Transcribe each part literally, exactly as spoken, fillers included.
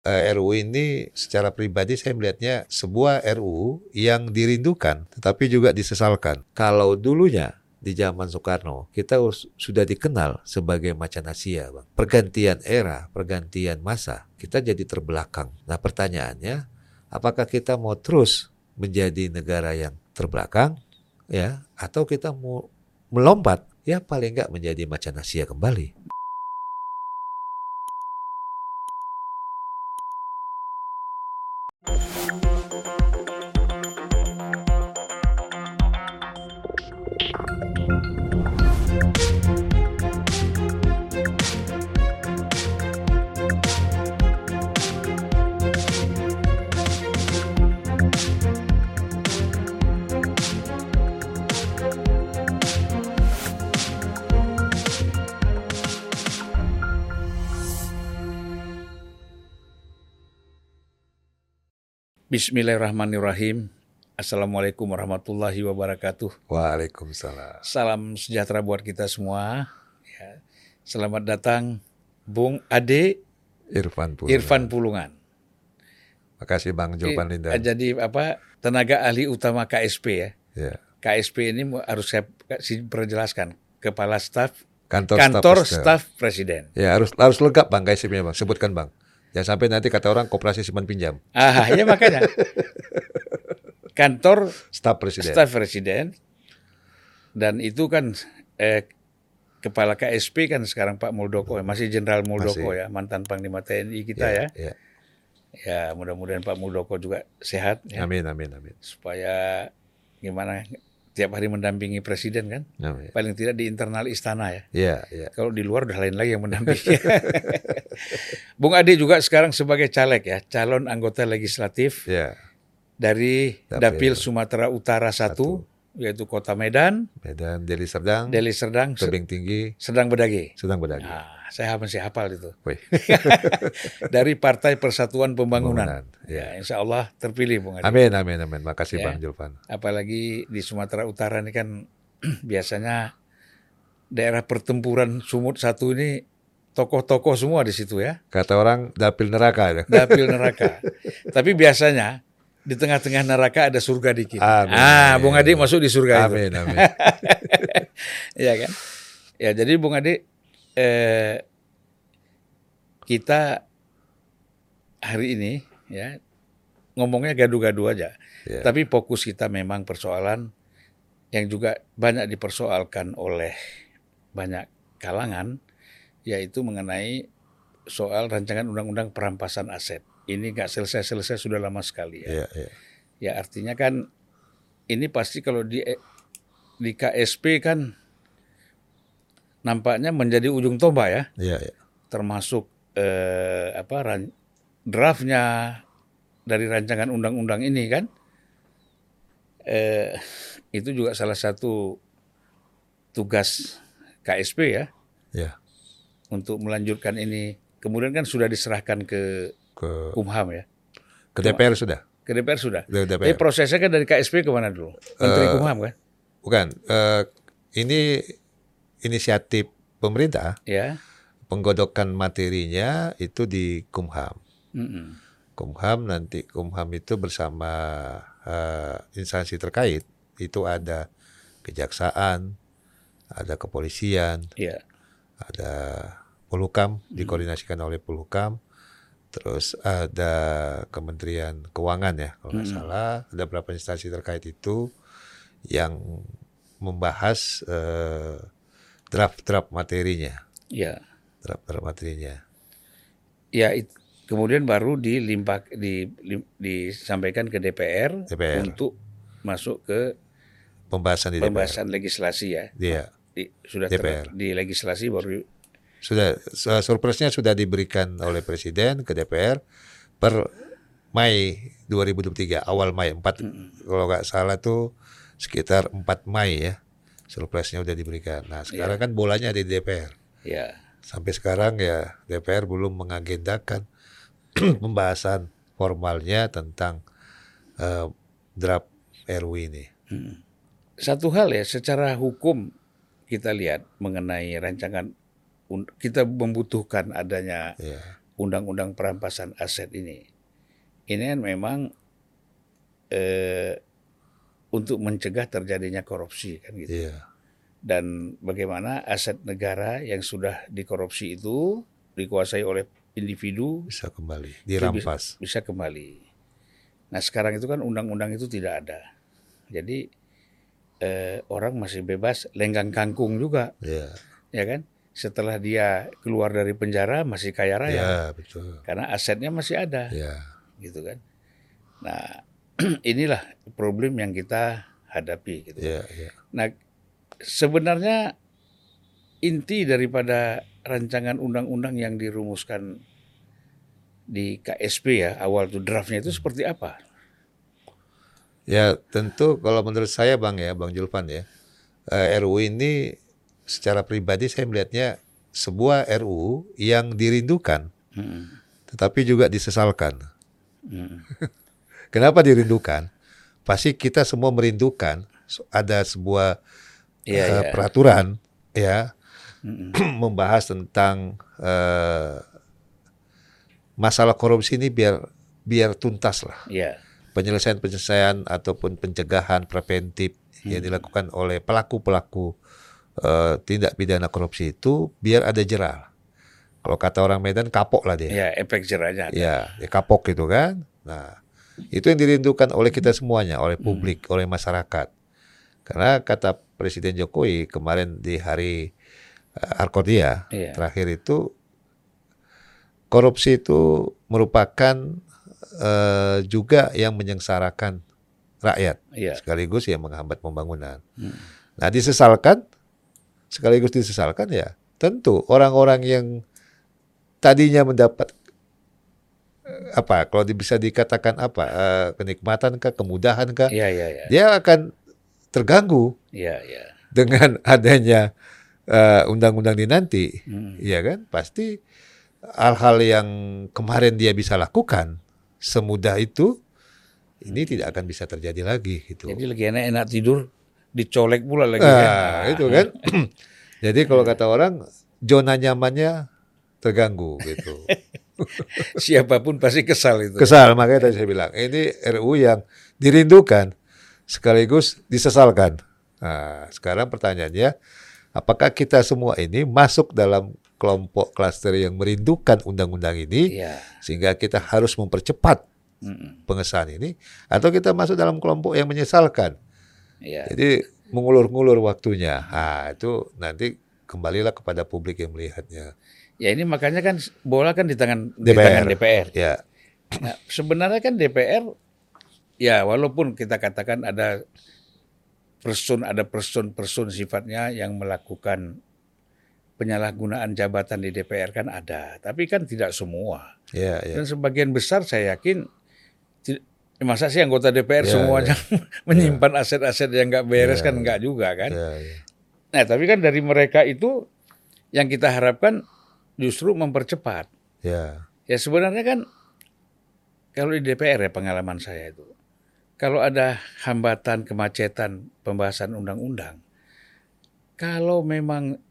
R U U ini secara pribadi saya melihatnya sebuah R U U yang dirindukan tetapi juga disesalkan. Kalau dulunya di zaman Soekarno kita sudah dikenal sebagai macan Asia, Bang. Pergantian era, pergantian masa, kita jadi terbelakang. Nah, pertanyaannya, apakah kita mau terus menjadi negara yang terbelakang ya atau kita mau melompat ya paling enggak menjadi macan Asia kembali? Bismillahirrahmanirrahim. Assalamualaikum warahmatullahi wabarakatuh. Waalaikumsalam. Salam sejahtera buat kita semua. Ya. Selamat datang Bung Ade Irfan Pulungan. Irfan Pulungan. Makasih Bang Julpan Lindan. Jadi apa? Tenaga ahli utama K S P ya. Ya. K S P ini harus saya perjelaskan. Kepala Staf Kantor, Kantor Staf, Staf Presiden. Ya harus harus lengkap Bang K S P-nya Bang. Sebutkan Bang. Jangan sampai nanti kata orang koperasi simpan pinjam. Ah, ya makanya. Kantor Staf Presiden. Staf Presiden. Dan itu kan eh, Kepala K S P kan sekarang Pak Muldoko, masih Jenderal Muldoko masih. ya, mantan Panglima T N I kita ya. Ya, ya. Ya, mudah-mudahan Pak Muldoko juga sehat ya. Amin, amin, amin. Supaya gimana tiap hari mendampingi presiden kan. Amin. Paling tidak di internal istana ya. Iya, iya. Kalau di luar udah lain lagi yang mendampingi. Bung Ade juga sekarang sebagai caleg ya, calon anggota legislatif Ya. dari Dapil, Dapil Sumatera Utara satu, yaitu Kota Medan, Medan, Deli Serdang, Deli Serdang, Tebing Tinggi, Sedang Bedage. Sedang Bedage. Nah, saya masih hafal itu. Wih. Dari Partai Persatuan Pembangunan. Pembangunan, Ya, insya Allah terpilih Bung Ade. Amin, amin, amin. Makasih Ya. Bang Julpan. Apalagi di Sumatera Utara ini kan biasanya daerah pertempuran Sumut satu ini tokoh-tokoh semua di situ ya. Kata orang dapil neraka. Ya. Dapil neraka. Tapi biasanya di tengah-tengah neraka ada surga dikit. Amin. Ah, Bung Ade masuk di surga amin, itu. Amin, Iya kan? Ya, jadi Bung Ade eh, kita hari ini ya ngomongnya gaduh-gaduh aja. Ya. Tapi fokus kita memang persoalan yang juga banyak dipersoalkan oleh banyak kalangan, yaitu mengenai soal rancangan undang-undang perampasan aset. Ini nggak selesai-selesai sudah lama sekali ya. Ya, ya. Ya artinya kan ini pasti kalau di di K S P kan nampaknya menjadi ujung tombak ya. Ya, ya. Termasuk eh, apa ran, draftnya dari rancangan undang-undang ini kan. Eh, itu juga salah satu tugas K S P ya. Ya. Untuk melanjutkan ini. Kemudian kan sudah diserahkan ke Ke Kumham ya. ke D P R sudah. Ke D P R sudah. Ke D P R. Tapi prosesnya kan dari K S P kemana dulu? Menteri Uh, Kumham kan? Bukan. Uh, ini inisiatif pemerintah. Ya. Penggodokan materinya itu di Kumham. Mm-mm. Kumham nanti Kumham itu bersama uh, instansi terkait itu ada kejaksaan, ada kepolisian, Ya. ada Polhukam, dikoordinasikan oleh Polhukam, terus ada Kementerian Keuangan ya kalau nggak Hmm. salah, ada beberapa instansi terkait itu yang membahas uh, draft-draft materinya, Ya. draft-draft materinya. Ya. It, kemudian baru dilimpah di, lim, disampaikan ke D P R, D P R untuk masuk ke pembahasan di D P R. pembahasan legislasi ya. Iya. Di, sudah D P R. Ter, di legislasi baru Sudah, surplusnya sudah diberikan oleh Presiden ke D P R per Mei dua ribu dua puluh tiga, awal Mei, empat mm-hmm. kalau nggak salah tuh sekitar empat Mei ya, surplusnya udah diberikan. Nah sekarang yeah. kan bolanya di D P R. Yeah. Sampai sekarang ya D P R belum mengagendakan pembahasan formalnya tentang uh, draft R U U ini. Hmm. Satu hal ya, secara hukum kita lihat mengenai rancangan, kita membutuhkan adanya yeah. undang-undang perampasan aset ini. Ini kan memang eh, untuk mencegah terjadinya korupsi kan gitu. Iya. Dan bagaimana aset negara yang sudah dikorupsi itu dikuasai oleh individu Bisa kembali, itu dirampas. bisa, bisa kembali. Nah sekarang itu kan undang-undang itu tidak ada. Jadi eh, orang masih bebas lenggang kangkung juga, Iya. ya kan? Setelah dia keluar dari penjara masih kaya raya, Iya, betul. karena asetnya masih ada, Iya. gitu kan? Nah inilah problem yang kita hadapi, gitu. Iya, iya. Nah sebenarnya inti daripada rancangan undang-undang yang dirumuskan di K S P ya awal tuh draftnya itu seperti apa? Ya tentu kalau menurut saya Bang ya, Bang Julpan ya, eh, R U U ini secara pribadi saya melihatnya sebuah R U U yang dirindukan, Hmm. tetapi juga disesalkan. Hmm. Kenapa dirindukan? Pasti kita semua merindukan ada sebuah Iya, eh, iya. peraturan ya Hmm. membahas tentang eh, masalah korupsi ini biar biar tuntas lah. Iya. Penyelesaian-penyelesaian ataupun pencegahan preventif yang dilakukan oleh pelaku-pelaku eh, tindak pidana korupsi itu biar ada jera. Kalau kata orang Medan kapok lah dia. Ya, efek jerahnya ada. Ya, dia kapok gitu kan. Nah, itu yang dirindukan oleh kita semuanya, oleh publik, oleh masyarakat. Karena kata Presiden Jokowi kemarin di hari uh, Arkodia Iya. terakhir itu, korupsi itu merupakan uh, juga yang menyengsarakan rakyat, Iya. sekaligus yang menghambat pembangunan. Hmm. Nah, disesalkan, sekaligus disesalkan ya, tentu orang-orang yang tadinya mendapat eh, apa, kalau di- bisa dikatakan apa, eh, kenikmatan kah, kemudahan kah, Iya, iya, iya. dia akan terganggu Iya, iya. dengan adanya eh, undang-undang ini nanti, Hmm. ya kan? Pasti hal-hal yang kemarin dia bisa lakukan semudah itu, ini tidak akan bisa terjadi lagi gitu. Jadi lagi enak-enak tidur dicolek pula lagi Nah, kan. itu kan. Jadi kalau kata orang, zona nyamannya terganggu gitu. Siapapun pasti kesal itu. Kesal, makanya tadi saya bilang, ini R U U yang dirindukan sekaligus disesalkan. Nah, sekarang pertanyaannya, apakah kita semua ini masuk dalam kelompok klaster yang merindukan undang-undang ini, Iya. sehingga kita harus mempercepat Hmm. pengesahan ini, atau kita masuk dalam kelompok yang menyesalkan? Iya. Jadi mengulur-ngulur waktunya. Nah, itu nanti kembalilah kepada publik yang melihatnya. Ya ini makanya kan bola kan di tangan D P R. di tangan D P R. Ya, Nah, sebenarnya kan D P R ya walaupun kita katakan ada person ada person-person sifatnya yang melakukan penyalahgunaan jabatan di D P R kan ada, tapi kan tidak semua. ya, ya. Dan sebagian besar saya yakin ti- masa sih anggota D P R Ya, semuanya menyimpan aset-aset yang nggak beres Ya, kan nggak juga kan. Ya, ya. Nah tapi kan dari mereka itu yang kita harapkan justru mempercepat. Ya, Ya sebenarnya kan kalau di D P R ya pengalaman saya itu, kalau ada hambatan kemacetan pembahasan undang-undang, kalau memang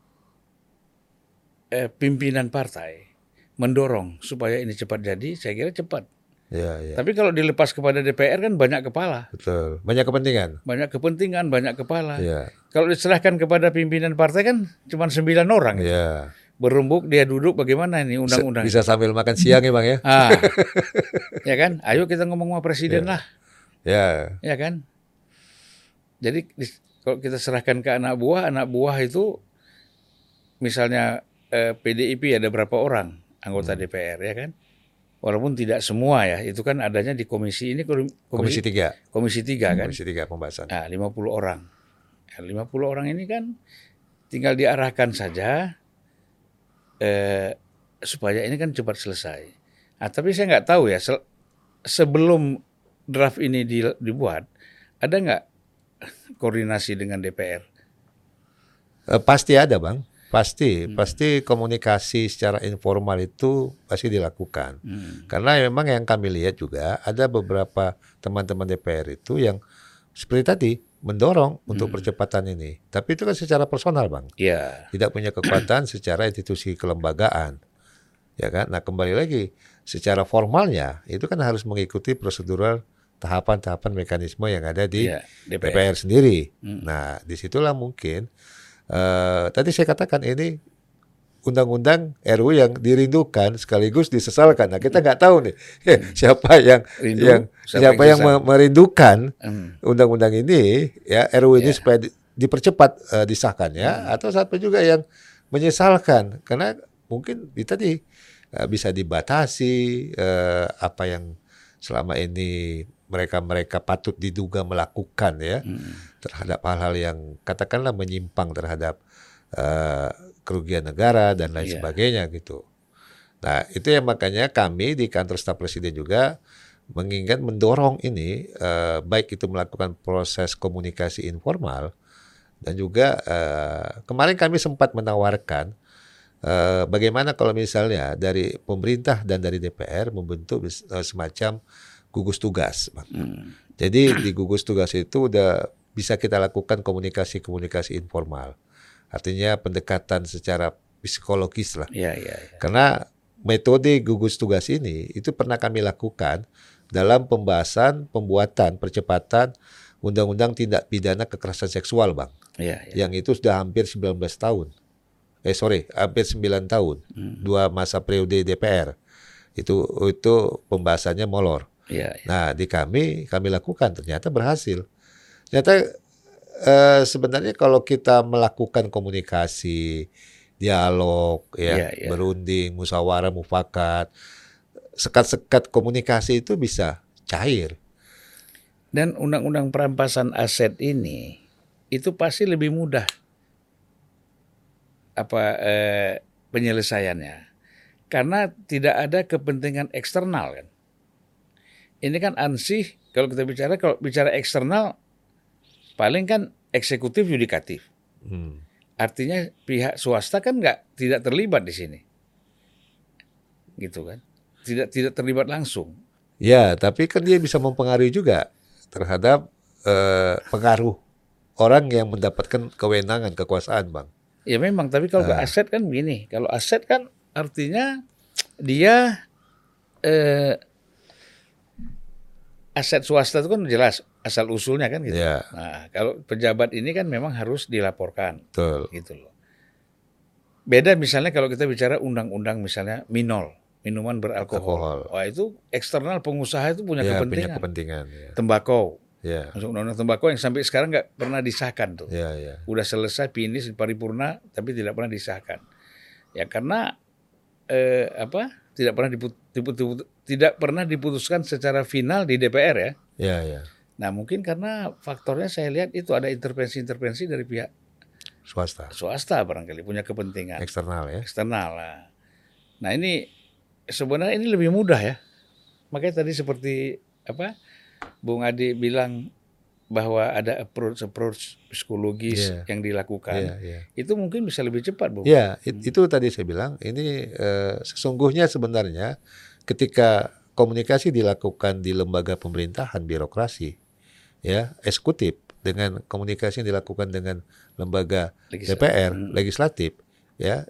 eh, pimpinan partai mendorong supaya ini cepat jadi, saya kira cepat. ya, ya. Tapi kalau dilepas kepada D P R kan banyak kepala, Betul. Banyak kepentingan. banyak kepentingan, banyak kepala. Ya, Kalau diserahkan kepada pimpinan partai kan cuma sembilan orang. ya. Berumbuk dia duduk bagaimana ini undang-undang. Bisa sambil makan siang ya, Bang ya. Ah, ya kan? Ayo kita ngomong sama presiden lah. Ya, Ya kan? Jadi dis- kalau kita serahkan ke anak buah, anak buah itu misalnya eh, P D I P ada berapa orang anggota D P R ya kan? Walaupun tidak semua ya, itu kan adanya di komisi ini komisi, Komisi tiga. komisi tiga kan. Komisi tiga pembahasan. Nah, lima puluh orang. Ya, lima puluh orang ini kan tinggal diarahkan saja eh, supaya ini kan cepat selesai. Nah, tapi saya nggak tahu ya, se- sebelum draft ini di- dibuat, ada nggak koordinasi dengan D P R? Eh, pasti ada, Bang. Pasti, pasti komunikasi secara informal itu pasti dilakukan. Hmm. Karena memang yang kami lihat juga ada beberapa teman-teman D P R itu yang seperti tadi mendorong untuk percepatan ini. Tapi itu kan secara personal, Bang. Ya, Tidak punya kekuatan secara institusi kelembagaan. ya kan? Nah kembali lagi secara formalnya itu kan harus mengikuti prosedural tahapan-tahapan mekanisme yang ada di ya, D P R. D P R sendiri. Hmm. Nah disitulah mungkin uh, tadi saya katakan ini undang-undang R U yang dirindukan sekaligus disesalkan. Nah kita nggak tahu nih hmm. siapa yang Rindu, yang siapa, siapa yang, yang merindukan hmm. undang-undang ini ya R U ini yeah. supaya di, dipercepat uh, disahkannya hmm. atau siapa juga yang menyesalkan karena mungkin tadi uh, bisa dibatasi uh, apa yang selama ini mereka-mereka patut diduga melakukan ya hmm. terhadap hal-hal yang katakanlah menyimpang terhadap uh, kerugian negara dan lain yeah. sebagainya gitu. Nah itu yang makanya kami di kantor staf presiden juga mengingat mendorong ini uh, baik itu melakukan proses komunikasi informal dan juga uh, kemarin kami sempat menawarkan uh, bagaimana kalau misalnya dari pemerintah dan dari D P R membentuk uh, semacam gugus tugas. Hmm. Jadi di gugus tugas itu udah bisa kita lakukan komunikasi-komunikasi informal. Artinya pendekatan secara psikologis lah. Ya, ya, ya. Karena metode gugus tugas ini itu pernah kami lakukan dalam pembahasan pembuatan percepatan undang-undang tindak pidana kekerasan seksual, Bang. Ya, ya. Yang itu sudah hampir sembilan belas tahun. Eh sorry, hampir sembilan tahun. Hmm. Dua masa periode D P R. Itu itu pembahasannya molor. Ya, ya. Nah, di kami kami lakukan ternyata berhasil. Ternyata Uh, sebenarnya kalau kita melakukan komunikasi, dialog, ya, yeah, yeah. berunding, musyawarah, mufakat, sekat-sekat komunikasi itu bisa cair. Dan undang-undang perampasan aset ini itu pasti lebih mudah apa eh, penyelesaiannya, karena tidak ada kepentingan eksternal kan. Ini kan ansih kalau kita bicara kalau bicara eksternal. Paling kan eksekutif yudikatif. Hmm. Artinya pihak swasta kan nggak tidak terlibat di sini, gitu kan? Tidak tidak terlibat langsung. Ya, tapi kan dia bisa mempengaruhi juga terhadap eh, pengaruh orang yang mendapatkan kewenangan kekuasaan, Bang. Ya memang, tapi kalau uh. ke aset kan begini. Kalau aset kan artinya dia eh, aset swasta itu kan jelas. Asal usulnya kan gitu. Yeah. Nah, kalau pejabat ini kan memang harus dilaporkan. Betul. Gitu loh. Beda misalnya kalau kita bicara undang-undang misalnya minol, minuman beralkohol. Alkohol. Wah, itu eksternal pengusaha itu punya yeah, kepentingan. Punya kepentingan. Yeah. Tembakau. Yeah. Undang-undang tembakau yang sampai sekarang nggak pernah disahkan tuh. Yeah, yeah. Udah selesai finish di paripurna tapi tidak pernah disahkan. Ya karena eh, apa? Tidak pernah diput, diput, diput, tidak pernah diputuskan secara final di D P R ya. Iya, yeah, iya. Yeah. Nah mungkin karena faktornya saya lihat itu ada intervensi-intervensi dari pihak swasta. Swasta barangkali punya kepentingan. Eksternal ya. Eksternal lah. Nah ini sebenarnya ini lebih mudah ya. Makanya tadi seperti apa Bung Adi bilang bahwa ada approach-approach psikologis yeah. yang dilakukan. Yeah, yeah. Itu mungkin bisa lebih cepat, Bung. Ya, yeah, it, itu tadi saya bilang ini eh, sesungguhnya sebenarnya ketika komunikasi dilakukan di lembaga pemerintahan birokrasi ya eksekutif dengan komunikasi yang dilakukan dengan lembaga Legislatif. D P R hmm. legislatif ya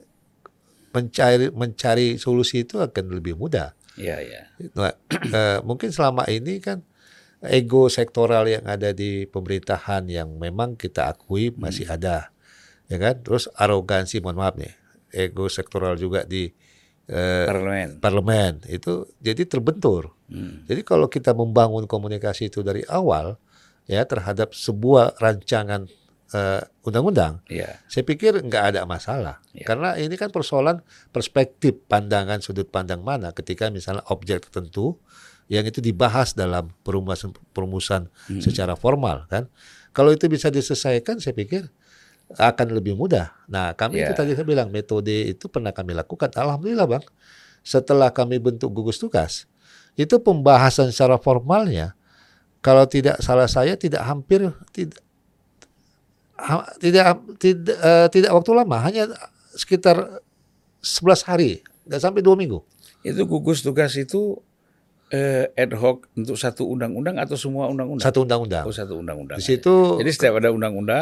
mencari mencari solusi itu akan lebih mudah. Ya, ya. Nah, eh, mungkin selama ini kan ego sektoral yang ada di pemerintahan yang memang kita akui masih hmm. ada, ya kan? Terus arogansi, mohon maaf nih, ego sektoral juga di eh, parlemen. Parlemen itu jadi terbentur. Hmm. Jadi kalau kita membangun komunikasi itu dari awal. Ya terhadap sebuah rancangan uh, undang-undang, yeah. saya pikir nggak ada masalah. Yeah. Karena ini kan persoalan perspektif pandangan sudut pandang mana ketika misalnya objek tertentu yang itu dibahas dalam perumusan, perumusan hmm. secara formal kan. Kalau itu bisa diselesaikan, saya pikir akan lebih mudah. Nah kami yeah. itu tadi saya bilang metode itu pernah kami lakukan. Alhamdulillah Bang, setelah kami bentuk gugus tugas, itu pembahasan secara formalnya. Kalau tidak salah saya tidak hampir tidak ha, tidak tidak uh, tidak waktu lama, hanya sekitar sebelas hari, nggak sampai dua minggu. Itu gugus tugas itu eh, ad hoc untuk satu undang-undang atau semua undang-undang? Satu undang-undang. Oh, satu undang-undang. Di situ jadi setiap ada undang-undang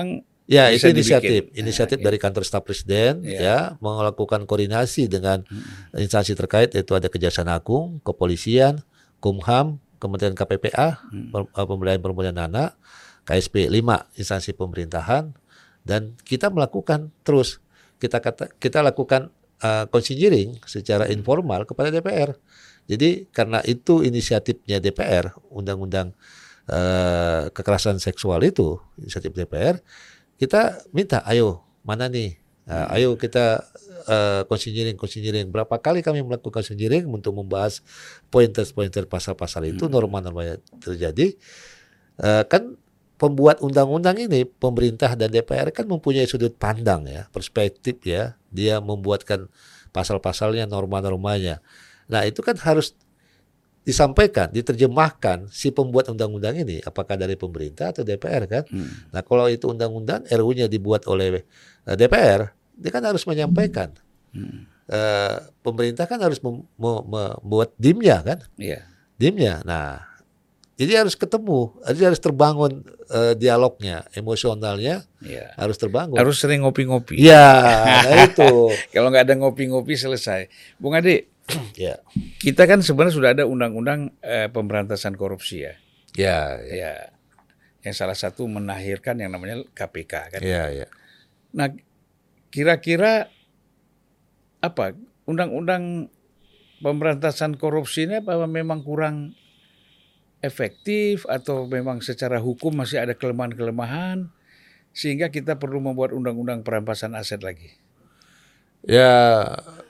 Ya, itu bisa inisiatif, dibikin. inisiatif Nah, dari kantor staf presiden ya. ya, melakukan koordinasi dengan Hmm. instansi terkait, yaitu ada Kejaksaan Agung, Kepolisian, Kumham, Kementerian K P P A, Hmm. Pem- eh, Pemberdayaan Perempuan dan Anak, K S P, lima instansi pemerintahan, dan kita melakukan terus kita kata kita lakukan uh, considering secara informal kepada D P R. Jadi karena itu inisiatifnya D P R, undang-undang uh, kekerasan seksual itu inisiatif D P R, kita minta, ayo mana nih, uh, Hmm. ayo kita uh, considering considering berapa kali kami melakukan considering untuk membahas pointer-pointer pasal-pasal itu, Hmm. norma-norma yang terjadi. Uh, kan pembuat undang-undang ini, pemerintah dan D P R kan mempunyai sudut pandang ya, perspektif ya, dia membuatkan pasal-pasalnya, norma-normanya. Nah itu kan harus disampaikan, diterjemahkan si pembuat undang-undang ini, apakah dari pemerintah atau D P R kan. Hmm. Nah kalau itu undang-undang, R U-nya dibuat oleh uh, D P R, dia kan harus menyampaikan. Hmm. Uh, pemerintah kan harus mem- mem- membuat D I M-nya kan, Ya. D I M-nya. Nah jadi harus ketemu, jadi harus terbangun uh, dialognya, emosionalnya Ya. harus terbangun. Harus sering ngopi-ngopi. Ya, nah itu. Kalau nggak ada ngopi-ngopi selesai. Bung Ade, Ya, kita kan sebenarnya sudah ada undang-undang eh, pemberantasan korupsi ya. ya, ya, Ya. Yang salah satu menahirkan yang namanya K P K kan. ya, ya. Nah, kira-kira apa undang-undang pemberantasan korupsi ini apa memang kurang efektif atau memang secara hukum masih ada kelemahan-kelemahan sehingga kita perlu membuat undang-undang perampasan aset lagi? Ya,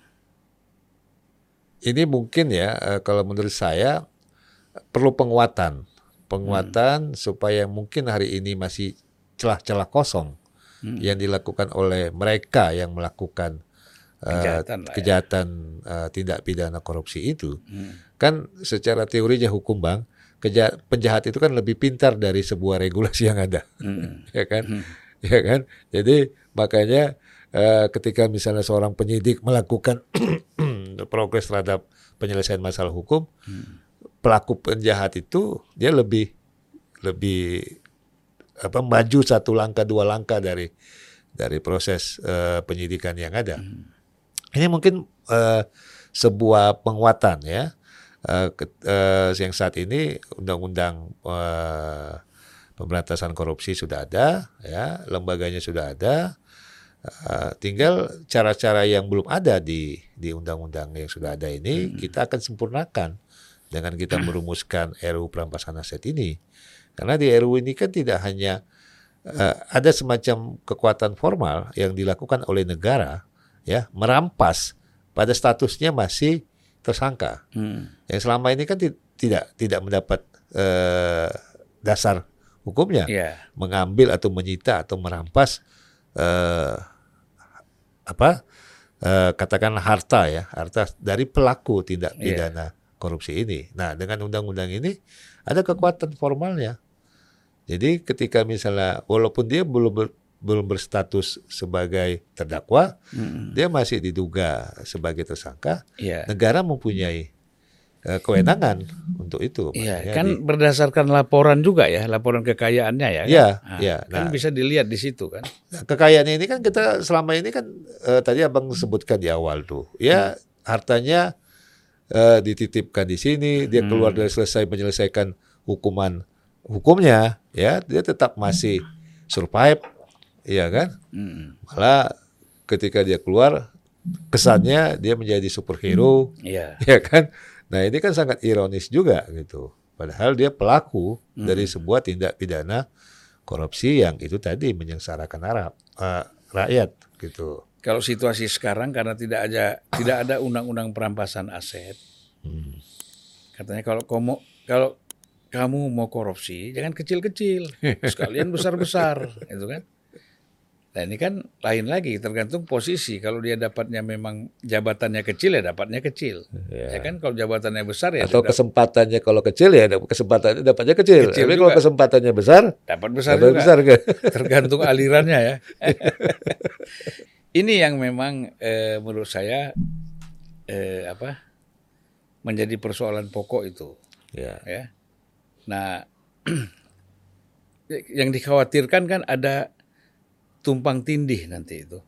ini mungkin ya, eh, kalau menurut saya perlu penguatan, penguatan supaya mungkin hari ini masih celah-celah kosong Hmm. yang dilakukan oleh mereka yang melakukan eh, Kejahatan lah ya. kejahatan eh, tindak pidana korupsi itu. Hmm. Kan secara teorinya hukum, Bang, keja- penjahat itu kan lebih pintar dari sebuah regulasi yang ada. Hmm. Ya kan? Hmm. Ya kan? Jadi makanya eh, ketika misalnya seorang penyidik melakukan progres terhadap penyelesaian masalah hukum, Hmm. pelaku penjahat itu dia lebih lebih apa maju satu langkah dua langkah dari dari proses eh, penyidikan yang ada. Hmm. Ini mungkin eh, sebuah penguatan ya. Eh, ke- eh, yang saat ini undang-undang eh, pemberantasan korupsi sudah ada, ya, lembaganya sudah ada. Uh, tinggal cara-cara yang belum ada di di undang-undang yang sudah ada ini, Hmm. kita akan sempurnakan dengan kita merumuskan R U perampasan aset ini. Karena di R U ini kan tidak hanya uh, ada semacam kekuatan formal yang dilakukan oleh negara ya, merampas pada statusnya masih tersangka. Hmm. Yang selama ini kan ti- tidak tidak mendapat uh, dasar hukumnya, Ya. mengambil atau menyita atau merampas Uh, apa uh, katakanlah harta ya, harta dari pelaku tindak pidana korupsi ini. Nah, dengan undang-undang ini ada kekuatan formalnya. Jadi ketika misalnya walaupun dia belum ber, belum berstatus sebagai terdakwa, Hmm. dia masih diduga sebagai tersangka, Ya. negara mempunyai uh, kewenangan untuk itu. Iya, Makanya kan di- berdasarkan laporan juga ya, laporan kekayaannya ya. Kan? Iya, Nah, iya. kan Nah, bisa dilihat di situ kan. Nah, kekayaannya ini kan kita selama ini kan eh, tadi Abang sebutkan di awal tuh, ya hartanya eh, dititipkan di sini, dia keluar Hmm. dari selesai menyelesaikan hukuman hukumnya, ya dia tetap masih survive, iya kan? Hmm. Malah ketika dia keluar kesannya dia menjadi superhero, Iya. ya kan? Nah ini kan sangat ironis juga gitu. Padahal dia pelaku Hmm. dari sebuah tindak pidana korupsi yang itu tadi menyengsarakan Arab, eh, rakyat gitu. Kalau situasi sekarang karena tidak ada tidak ada undang-undang perampasan aset, Hmm. katanya kalau kamu kalau kamu mau korupsi jangan kecil-kecil, sekalian besar-besar, itu kan. Nah ini kan lain lagi, tergantung posisi. Kalau dia dapatnya memang jabatannya kecil ya dapatnya kecil, Ya. ya kan. Kalau jabatannya besar ya Atau dapat, kesempatannya kalau kecil ya dap- kesempatannya dapatnya kecil. Kecil Tapi juga. kalau kesempatannya besar, dapat besar dapat juga. besar kan? Tergantung alirannya ya. Ini yang memang eh, menurut saya eh, apa menjadi persoalan pokok itu. Ya. Ya. Nah, yang dikhawatirkan kan ada tumpang tindih nanti itu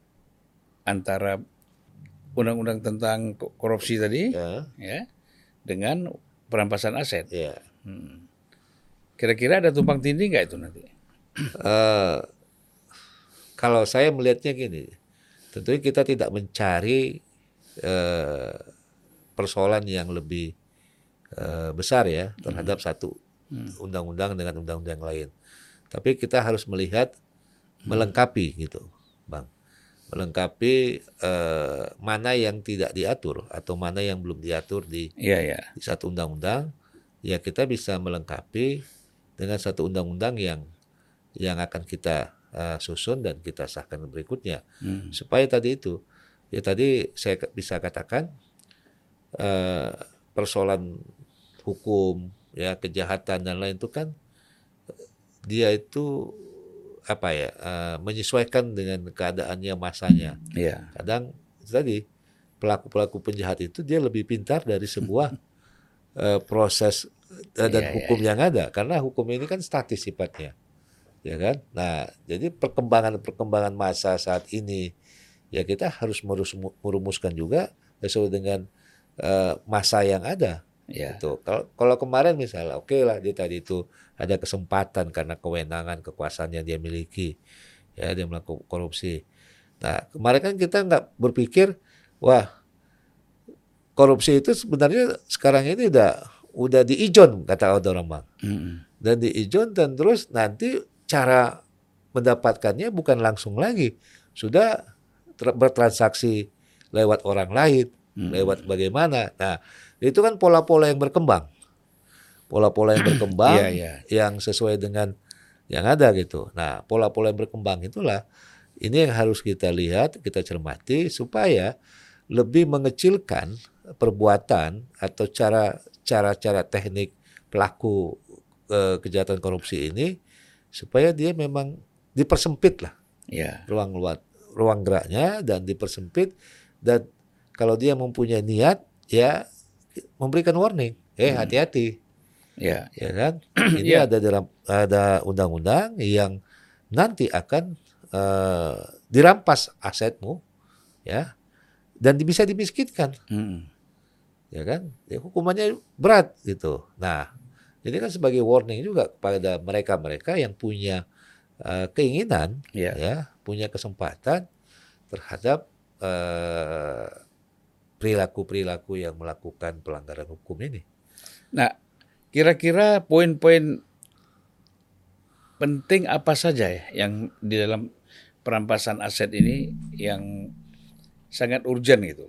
antara undang-undang tentang korupsi tadi, Ya. ya, dengan perampasan aset. Ya. Hmm. Kira-kira ada tumpang tindih nggak itu nanti? Uh, kalau saya melihatnya gini, tentunya kita tidak mencari uh, persoalan yang lebih uh, besar ya terhadap hmm. satu hmm. undang-undang dengan undang-undang lain. Tapi kita harus melihat melengkapi gitu, Bang. Melengkapi eh, mana yang tidak diatur atau mana yang belum diatur di, yeah, yeah. di satu undang-undang, ya kita bisa melengkapi dengan satu undang-undang yang yang akan kita uh, susun dan kita sahkan berikutnya. Hmm. Supaya tadi itu, ya tadi saya bisa katakan uh, persoalan hukum, ya kejahatan dan lain itu kan dia itu apa ya uh, menyesuaikan dengan keadaannya masanya. Yeah. Kadang tadi pelaku-pelaku penjahat itu dia lebih pintar dari sebuah uh, proses uh, dan yeah, hukum yeah, yang yeah. ada, karena hukum ini kan statis sifatnya, ya kan. Nah, jadi perkembangan-perkembangan masa saat ini ya kita harus merumuskan juga sesuai dengan uh, masa yang ada. Ya. Gitu. Kalau kalau kemarin misalnya, oke okay lah dia tadi itu ada kesempatan karena kewenangan kekuasaan yang dia miliki, ya dia melakukan korupsi. Nah kemarin kan kita nggak berpikir, wah korupsi itu sebenarnya sekarang ini udah udah diijon kata orang bang, mm-hmm. dan diijon dan terus nanti cara mendapatkannya bukan langsung lagi, sudah ter- bertransaksi lewat orang lain, mm-hmm. lewat bagaimana. Nah itu kan pola-pola yang berkembang, pola-pola yang berkembang yeah, yeah. yang sesuai dengan yang ada gitu. Nah, pola-pola yang berkembang itulah ini yang harus kita lihat, kita cermati supaya lebih mengecilkan perbuatan atau cara cara-cara teknik pelaku eh, kejahatan korupsi ini supaya dia memang dipersempit lah yeah. ruang luar, ruang geraknya dan dipersempit, dan kalau dia mempunyai niat ya memberikan warning, eh hmm. hati-hati, ya, ya kan? Ini ya. ada dalam ada undang-undang yang nanti akan uh, dirampas asetmu, ya, dan bisa dimiskinkan, hmm. ya kan? Ya, hukumannya berat gitu. Nah, ini kan sebagai warning juga kepada mereka-mereka yang punya uh, keinginan, ya. ya, punya kesempatan terhadap uh, perilaku-perilaku yang melakukan pelanggaran hukum ini. Nah, kira-kira poin-poin penting apa saja ya yang di dalam perampasan aset ini yang sangat urgent gitu,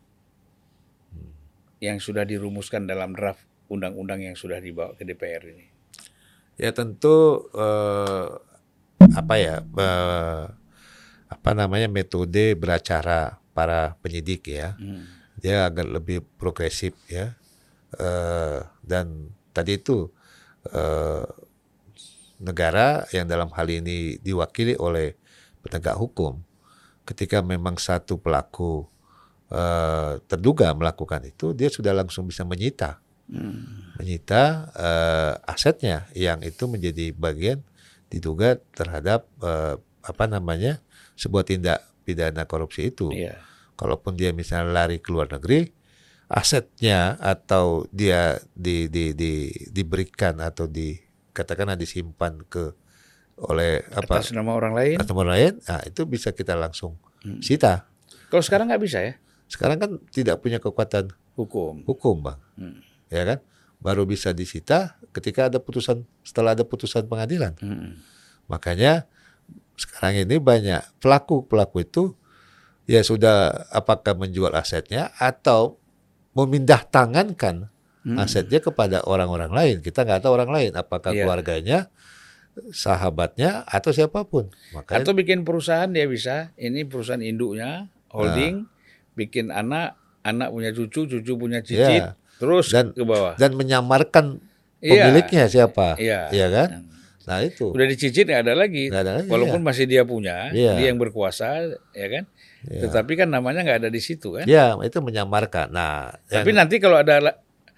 hmm. yang sudah dirumuskan dalam draft undang-undang yang sudah dibawa ke D P R ini? Ya tentu eh, apa ya eh, apa namanya metode beracara para penyidik ya. Hmm. Dia agak lebih progresif ya, uh, dan tadi itu uh, negara yang dalam hal ini diwakili oleh penegak hukum, ketika memang satu pelaku uh, terduga melakukan itu, dia sudah langsung bisa menyita, hmm. menyita uh, asetnya yang itu menjadi bagian diduga terhadap uh, apa namanya sebuah tindak pidana korupsi itu. Yeah. Kalaupun dia misalnya lari ke luar negeri, asetnya atau dia di, di, di, diberikan atau di katakanlah disimpan ke oleh apa atas nama orang lain, atas nama orang lain, nah itu bisa kita langsung hmm. sita. Kalau sekarang nggak bisa ya? Sekarang kan tidak punya kekuatan hukum, hukum bang, hmm. ya kan? Baru bisa disita ketika ada putusan, setelah ada putusan pengadilan. Hmm. Makanya sekarang ini banyak pelaku-pelaku itu ya sudah apakah menjual asetnya atau memindah tangankan hmm. asetnya kepada orang-orang lain. Kita nggak tahu orang lain, apakah yeah. keluarganya, sahabatnya, atau siapapun. Makanya, atau bikin perusahaan dia bisa, ini perusahaan induknya, holding, nah. bikin anak, anak punya cucu, cucu punya cicit, yeah. terus dan, ke bawah. Dan menyamarkan pemiliknya yeah. siapa, yeah. ya kan? Nah itu. Udah dicicit nggak ada lagi, nggak ada lagi walaupun ya. masih dia punya, yeah. dia yang berkuasa, ya kan? Ya. Tetapi kan namanya nggak ada di situ kan? Ya, itu menyamarkan. Nah, tapi yang... nanti kalau ada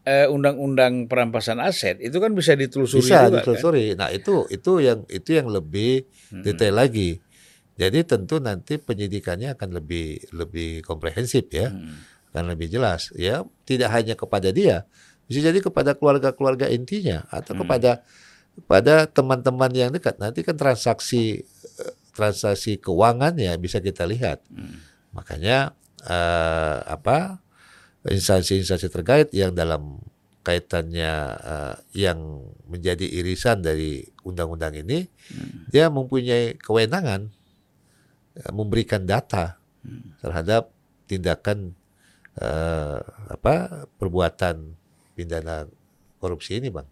eh, undang-undang perampasan aset itu kan bisa ditelusuri Bisa juga ditelusuri. Nah itu itu yang itu yang lebih kan. detail lagi. Jadi tentu nanti penyidikannya akan lebih lebih komprehensif ya, Hmm. akan lebih jelas ya. Tidak hanya kepada dia, bisa jadi kepada keluarga-keluarga intinya atau Hmm. kepada kepada teman-teman yang dekat. Nanti kan transaksi eh, transaksi keuangannya bisa kita lihat. Hmm. Makanya eh, apa instansi-instansi terkait yang dalam kaitannya eh, yang menjadi irisan dari undang-undang ini, Hmm. dia mempunyai kewenangan eh, memberikan data Hmm. terhadap tindakan eh, apa perbuatan pidana korupsi ini, Bang.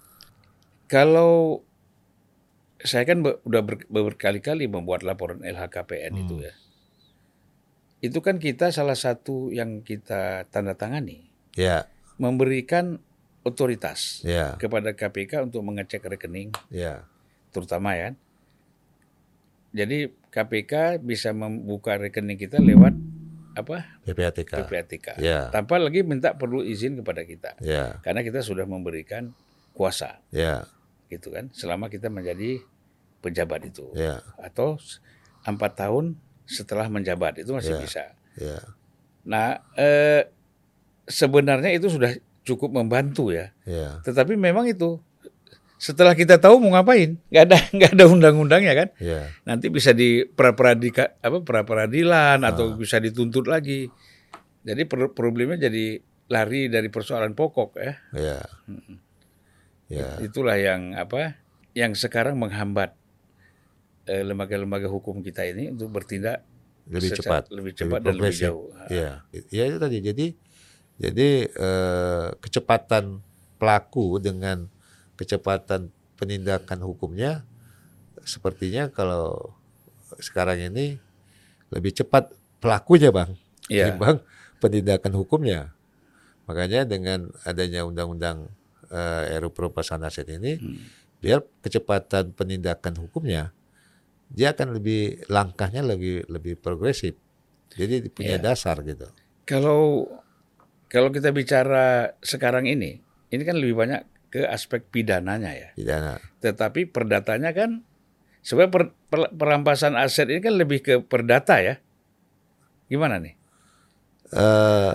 Kalau saya kan be- udah ber- berkali-kali membuat laporan L H K P N itu Hmm. ya. Itu kan kita salah satu yang kita tanda tangani Ya, memberikan otoritas ya, kepada K P K untuk mengecek rekening ya, terutama ya. Jadi K P K bisa membuka rekening kita lewat apa? P P A T K. P P A T K. Ya, Tanpa lagi minta perlu izin kepada kita. ya, Karena kita sudah memberikan kuasa ya, gitu kan selama kita menjadi pejabat itu. ya, Atau empat tahun setelah menjabat itu masih Ya. bisa. ya, Nah, eh, sebenarnya itu sudah cukup membantu ya. ya, Tetapi memang itu setelah kita tahu mau ngapain, nggak ada nggak ada undang-undangnya kan. ya, Nanti bisa di pra-peradika- apa pra-peradilan atau Ah. bisa dituntut lagi. Jadi per- problemnya jadi lari dari persoalan pokok ya. ya, ya, Itulah yang apa yang sekarang menghambat eh, lembaga-lembaga hukum kita ini untuk bertindak lebih secara- cepat, lebih cepat dan lebih progresif. jauh. Ya, ya itu tadi. Jadi, jadi eh, kecepatan pelaku dengan kecepatan penindakan hukumnya, sepertinya kalau sekarang ini lebih cepat pelakunya, Bang, Iya. ketimbang penindakan hukumnya. Makanya dengan adanya undang-undang eh, R U U Perampasan Aset ini, Hmm. biar kecepatan penindakan hukumnya, dia akan lebih langkahnya lebih lebih progresif. Jadi punya Iya. dasar gitu. Kalau kalau kita bicara sekarang ini, ini kan lebih banyak ke aspek pidananya ya. Pidana. Tetapi perdatanya kan sebenarnya per- per- perampasan aset ini kan lebih ke perdata ya. Gimana nih? Eh,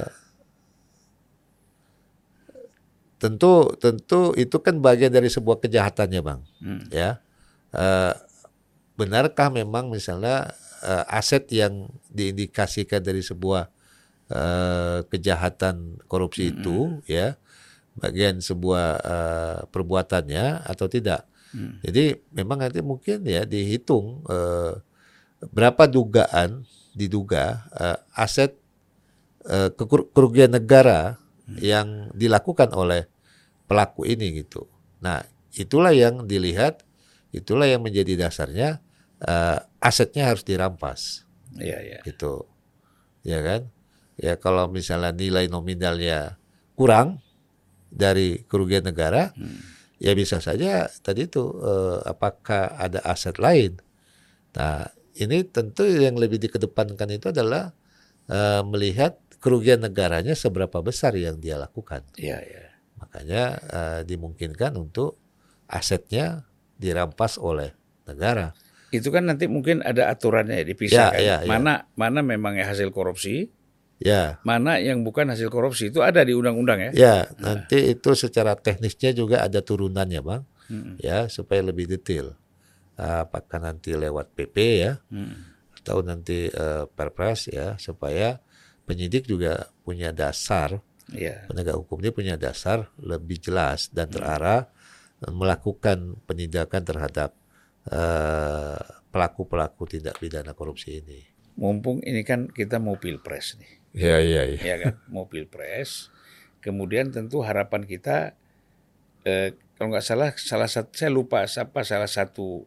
tentu tentu itu kan bagian dari sebuah kejahatannya, Bang. Hmm. Ya. Eh, benarkah memang misalnya eh, aset yang diindikasikan dari sebuah eh, kejahatan korupsi itu ya bagian sebuah eh, perbuatannya atau tidak? Hmm. Jadi memang nanti mungkin ya dihitung eh, berapa dugaan diduga eh, aset eh, kekur- kerugian negara yang dilakukan oleh pelaku ini gitu. Nah, itulah yang dilihat, itulah yang menjadi dasarnya eh, asetnya harus dirampas Iya, iya. gitu. Ya kan? Ya kalau misalnya nilai nominalnya kurang dari kerugian negara, Hmm. ya bisa saja tadi itu eh, apakah ada aset lain. Nah, ini tentu yang lebih dikedepankan itu adalah eh, melihat kerugian negaranya seberapa besar yang dia lakukan. Iya, iya. Makanya eh, dimungkinkan untuk asetnya dirampas oleh negara. Itu kan nanti mungkin ada aturannya ya, dipisahkan. Ya, ya, ya. Mana mana memang hasil korupsi, Ya, mana yang bukan hasil korupsi. Itu ada di undang-undang ya. ya nanti itu secara teknisnya juga ada turunannya, Bang. Hmm. Ya, supaya lebih detail. Apakah nanti lewat P P ya, Hmm. atau nanti eh, Perpres ya, supaya penyidik juga punya dasar, Iya. penegak hukum dia punya dasar lebih jelas dan terarah melakukan penindakan terhadap eh, pelaku-pelaku tindak pidana korupsi ini. Mumpung ini kan kita mau pilpres nih. Ya, ya, ya. Ya kan, mau pilpres. Kemudian tentu harapan kita, eh, kalau nggak salah, salah satu saya lupa siapa salah satu,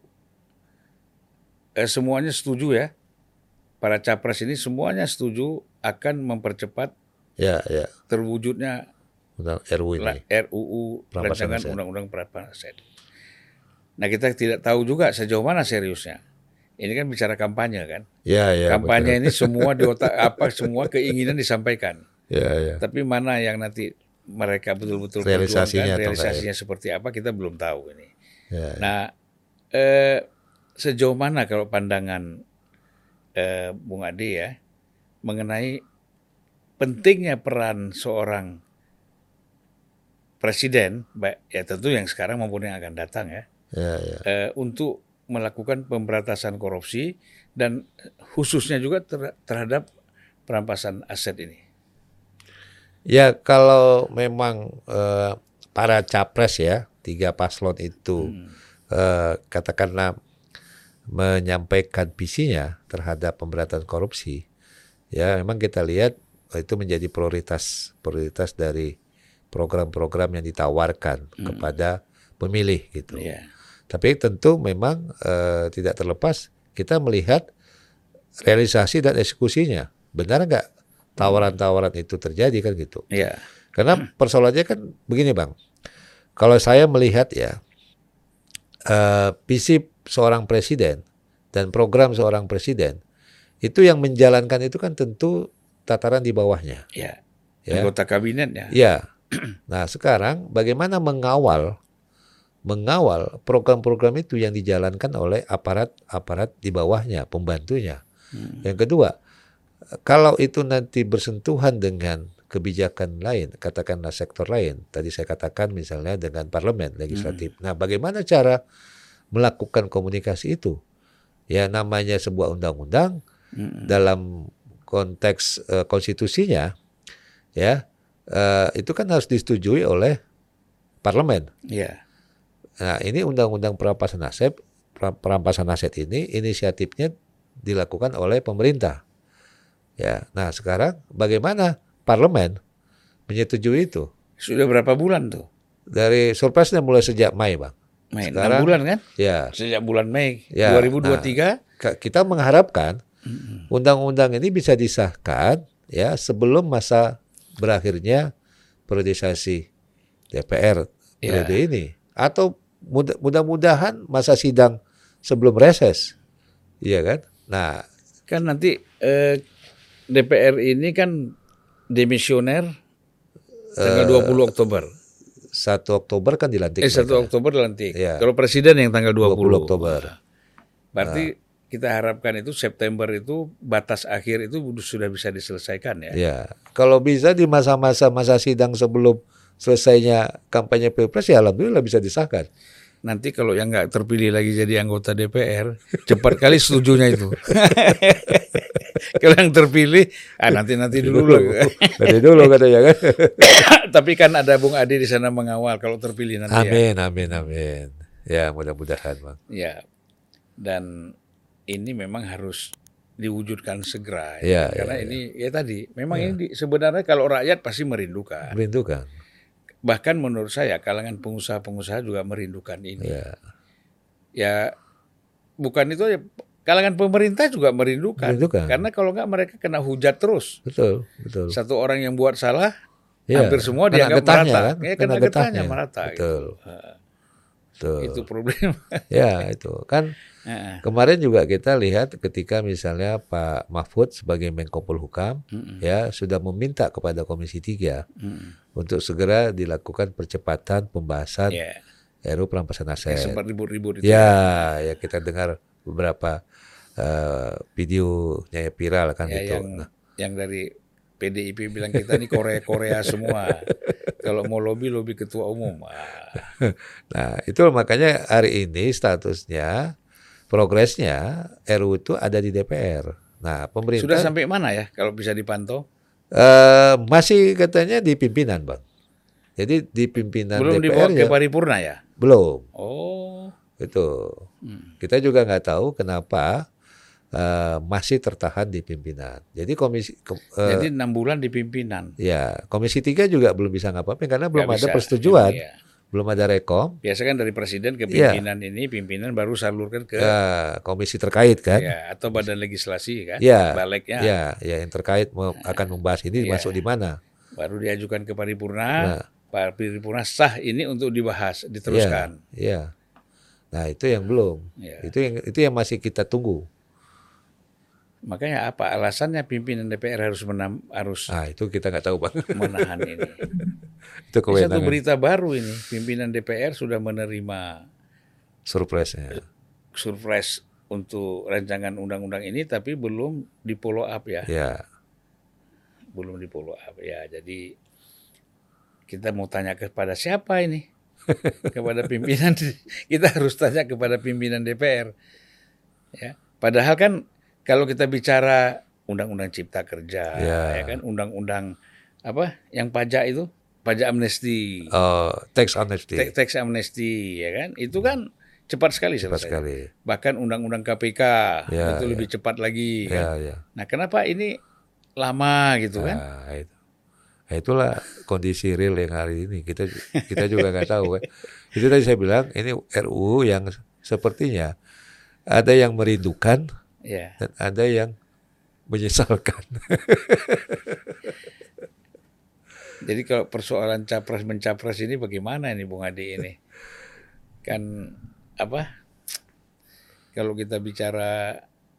eh, semuanya setuju ya, para capres ini semuanya setuju akan mempercepat Ya, ya. terwujudnya Undang R U U la- ini. R U U Perampasan rancangan aset. undang-undang perampasan aset. Nah kita tidak tahu juga sejauh mana seriusnya. Ini kan bicara kampanye kan. Ya, ya. Kampanye betul. ini semua di otak apa semua keinginan disampaikan. Ya, ya. Tapi mana yang nanti mereka betul-betul realisasinya, perjuangkan, realisasinya seperti apa kita belum tahu ini. Ya, Nah, eh, sejauh mana kalau pandangan eh, Bung Ade ya mengenai pentingnya peran seorang presiden, baik ya tentu yang sekarang maupun yang akan datang ya, ya, ya. eh, untuk melakukan pemberantasan korupsi dan khususnya juga ter- terhadap perampasan aset ini. Ya kalau memang eh, para capres ya, tiga paslon itu Hmm. eh, katakanlah menyampaikan visinya terhadap pemberantasan korupsi, ya memang kita lihat itu menjadi prioritas prioritas dari program-program yang ditawarkan Hmm. kepada pemilih gitu. Yeah. Tapi tentu memang eh, tidak terlepas kita melihat realisasi dan eksekusinya. Benar nggak tawaran-tawaran itu terjadi kan gitu? Yeah. Karena persoalannya kan begini Bang. Kalau saya melihat ya uh, visi seorang presiden dan program seorang presiden itu yang menjalankan itu kan tentu tataran di bawahnya. Yeah. Ya. Anggota kabinetnya. Ya. Nah sekarang bagaimana mengawal mengawal program-program itu yang dijalankan oleh aparat-aparat di bawahnya, pembantunya. Hmm. Yang kedua, kalau itu nanti bersentuhan dengan kebijakan lain, katakanlah sektor lain, tadi saya katakan misalnya dengan parlemen, legislatif. Hmm. Nah, bagaimana cara melakukan komunikasi itu? Ya, namanya sebuah undang-undang hmm. dalam konteks uh, konstitusinya, ya, uh, itu kan harus disetujui oleh parlemen. Yeah. Nah, ini undang-undang perampasan aset, perampasan aset ini inisiatifnya dilakukan oleh pemerintah. Ya, nah sekarang bagaimana parlemen menyetujui itu? Sudah berapa bulan tuh? Dari surplusnya mulai sejak Mei, Bang. Mei, sekarang, enam bulan kan? Ya. Sejak bulan Mei ya, dua ribu dua puluh tiga. Nah, kita mengharapkan mm-hmm. undang-undang ini bisa disahkan ya sebelum masa berakhirnya periodisasi D P R periode ya. ini, atau mudah-mudahan masa sidang sebelum reses, iya kan? Nah, kan nanti eh, D P R ini kan demisioner tanggal uh, dua puluh Oktober. satu Oktober kan dilantik. Eh satu Oktober dilantik. Ya. Kalau presiden yang tanggal dua puluh, dua puluh Oktober. Berarti nah. kita harapkan itu September itu batas akhir itu sudah bisa diselesaikan ya. Ya. Kalau bisa di masa-masa masa sidang sebelum selesainya kampanye Pilpres ya alhamdulillah bisa disahkan. Nanti kalau yang nggak terpilih lagi jadi anggota D P R, cepat kali setujunya itu. Kalau yang terpilih, ah nanti nanti dulu loh. Nanti dulu katanya kan. Tapi kan ada Bung Ade di sana mengawal kalau terpilih nanti. Amin, ya. amin, amin. Ya mudah-mudahan, Bang. Ya, dan ini memang harus diwujudkan segera. Ya, Karena ya, ini ya, ya tadi, memang ya. ini di, sebenarnya kalau rakyat pasti merindukan. Merindukan. Bahkan menurut saya kalangan pengusaha-pengusaha juga merindukan ini. Ya, ya bukan itu ya, kalangan pemerintah juga merindukan. merindukan. Karena kalau nggak mereka kena hujat terus. Betul, betul. Satu orang yang buat salah, ya, hampir semua dianggap getahnya, merata. Kan? Ya, kena, kena getahnya merata. Betul. Gitu. Betul. Itu problem. Ya itu kan. Kemarin juga kita lihat ketika misalnya Pak Mahfud sebagai Menko Polhukam mm-hmm. ya sudah meminta kepada Komisi tiga mm-hmm. untuk segera dilakukan percepatan pembahasan yeah. R U U perampasan aset. Sempat ribut-ribut itu. Ya, ya kita dengar beberapa uh, videonya viral kan ya, gitu. Yang, nah. yang dari P D I P bilang kita ini Korea-Korea semua. Kalau mau lobby, lobby ketua umum. Nah, itu makanya hari ini statusnya progresnya R U U itu ada di D P R. Nah, pemerintah sudah sampai mana ya kalau bisa dipantau? Uh, masih katanya di pimpinan, Bang. Jadi di pimpinan belum D P R dibawa ke ya, paripurna ya? Belum. Oh, itu. Hmm. Kita juga nggak tahu kenapa uh, masih tertahan di pimpinan. Jadi komisi. Uh, Jadi enam bulan di pimpinan. Ya, Komisi tiga juga belum bisa ngapa-ngapain karena belum gak ada bisa. persetujuan. Ya. Belum ada rekom. Biasa kan dari presiden ke pimpinan ya. Ini, pimpinan baru salurkan ke ya, komisi terkait kan. Ya, atau badan legislasi kan. Ya, baleknya. Ya, ya yang terkait mau, akan membahas ini ya. Masuk di mana. Baru diajukan ke paripurna. Nah. Paripurna sah ini untuk dibahas, diteruskan. Ya, ya. Nah itu yang belum. Ya. Itu yang itu yang masih kita tunggu. Makanya apa alasannya pimpinan D P R harus menam, harus. Ah itu kita nggak tahu Bang. Menahan ini. Itu Ini satu kewenangan. berita baru ini, pimpinan D P R sudah menerima Surprise-nya. surprise untuk rancangan undang-undang ini, tapi belum di follow up ya, Ya, belum di follow up ya. Jadi kita mau tanya kepada siapa ini? Kepada pimpinan, kita harus tanya kepada pimpinan D P R. Ya, padahal kan kalau kita bicara undang-undang cipta kerja, Ya. ya kan, undang-undang apa, yang pajak itu, pajak amnesti, uh, tax amnesty. te- tax amnesti, ya kan, itu kan cepat sekali Cepat selesai. sekali. Bahkan undang-undang K P K Ya, itu ya. lebih cepat lagi. Ya, Kan? ya. Nah, kenapa ini lama gitu kan? Nah, itu. Nah, itulah kondisi real yang hari ini. Kita kita juga nggak tahu kan. Itu tadi saya bilang ini R U U yang sepertinya ada yang merindukan Ya. dan ada yang menyesalkan. Jadi kalau persoalan capres mencapres ini bagaimana ini Bung Adi ini? Kan apa? Kalau kita bicara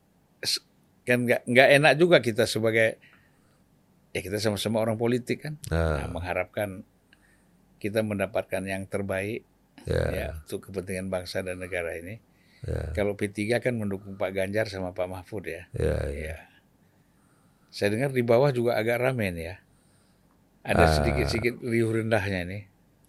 kan nggak nggak enak juga kita sebagai ya kita sama-sama orang politik kan, Nah, nah, mengharapkan kita mendapatkan yang terbaik ya, ya untuk kepentingan bangsa dan negara ini. ya, Kalau P tiga kan mendukung Pak Ganjar sama Pak Mahfud ya. ya, ya. Ya. Saya dengar di bawah juga agak rame nih ya. Ada Ah. sedikit-sedikit riuh rendahnya nih.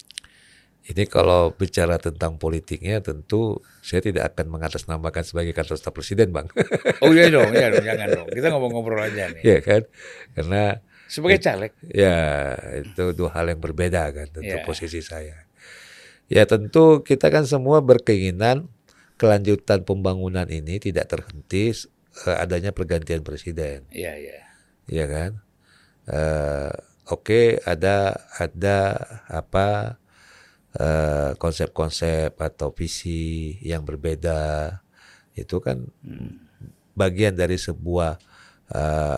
Ini kalau bicara tentang politiknya tentu saya tidak akan mengatasnamakan sebagai kantor staf presiden, Bang. Oh iya dong, iya dong, jangan dong. Kita ngobrol-ngobrol aja nih. Ya kan? Karena Sebagai caleg. ya itu dua hal yang berbeda kan tentu Ya. posisi saya. Ya tentu kita kan semua berkeinginan kelanjutan pembangunan ini tidak terhenti eh, adanya pergantian presiden. Iya, iya. Ya kan? Eh, Oke, ada ada apa eh, konsep-konsep atau visi yang berbeda itu kan bagian dari sebuah eh,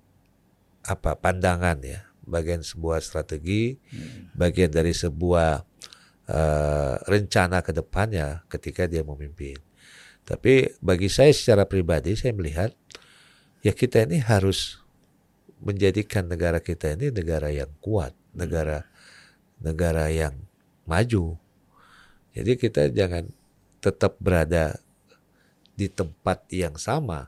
apa pandangan ya, bagian sebuah strategi, bagian dari sebuah eh, rencana ke depannya ketika dia memimpin. Tapi bagi saya secara pribadi saya melihat ya kita ini harus menjadikan negara kita ini negara yang kuat, negara negara yang maju. Jadi kita jangan tetap berada di tempat yang sama.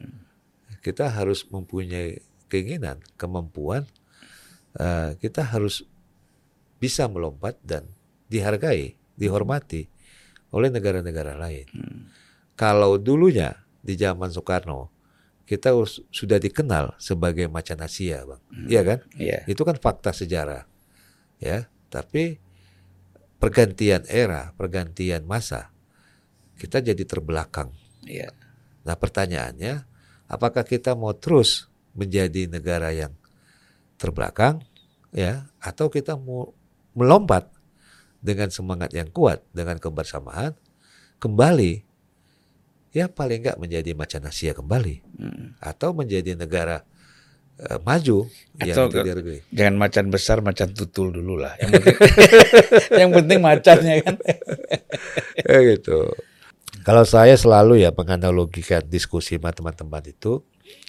Kita harus mempunyai keinginan, kemampuan. Uh, kita harus bisa melompat dan dihargai, dihormati oleh negara-negara lain. Kalau dulunya di zaman Soekarno kita sudah dikenal sebagai macan Asia, Bang. Iya kan? Iya. Itu kan fakta sejarah. Ya, tapi pergantian era, pergantian masa, kita jadi terbelakang. Iya. Nah, pertanyaannya, apakah kita mau terus menjadi negara yang terbelakang, ya, atau kita mau melompat dengan semangat yang kuat, dengan kebersamaan, kembali ya paling enggak menjadi macan Asia kembali, hmm. atau menjadi negara uh, maju yang atau dihargai. Jangan macan besar, macan tutul dulu lah. Yang penting, yang penting macannya kan. Ya gitu. Kalau saya selalu ya menganalogikan diskusi sama teman-teman itu,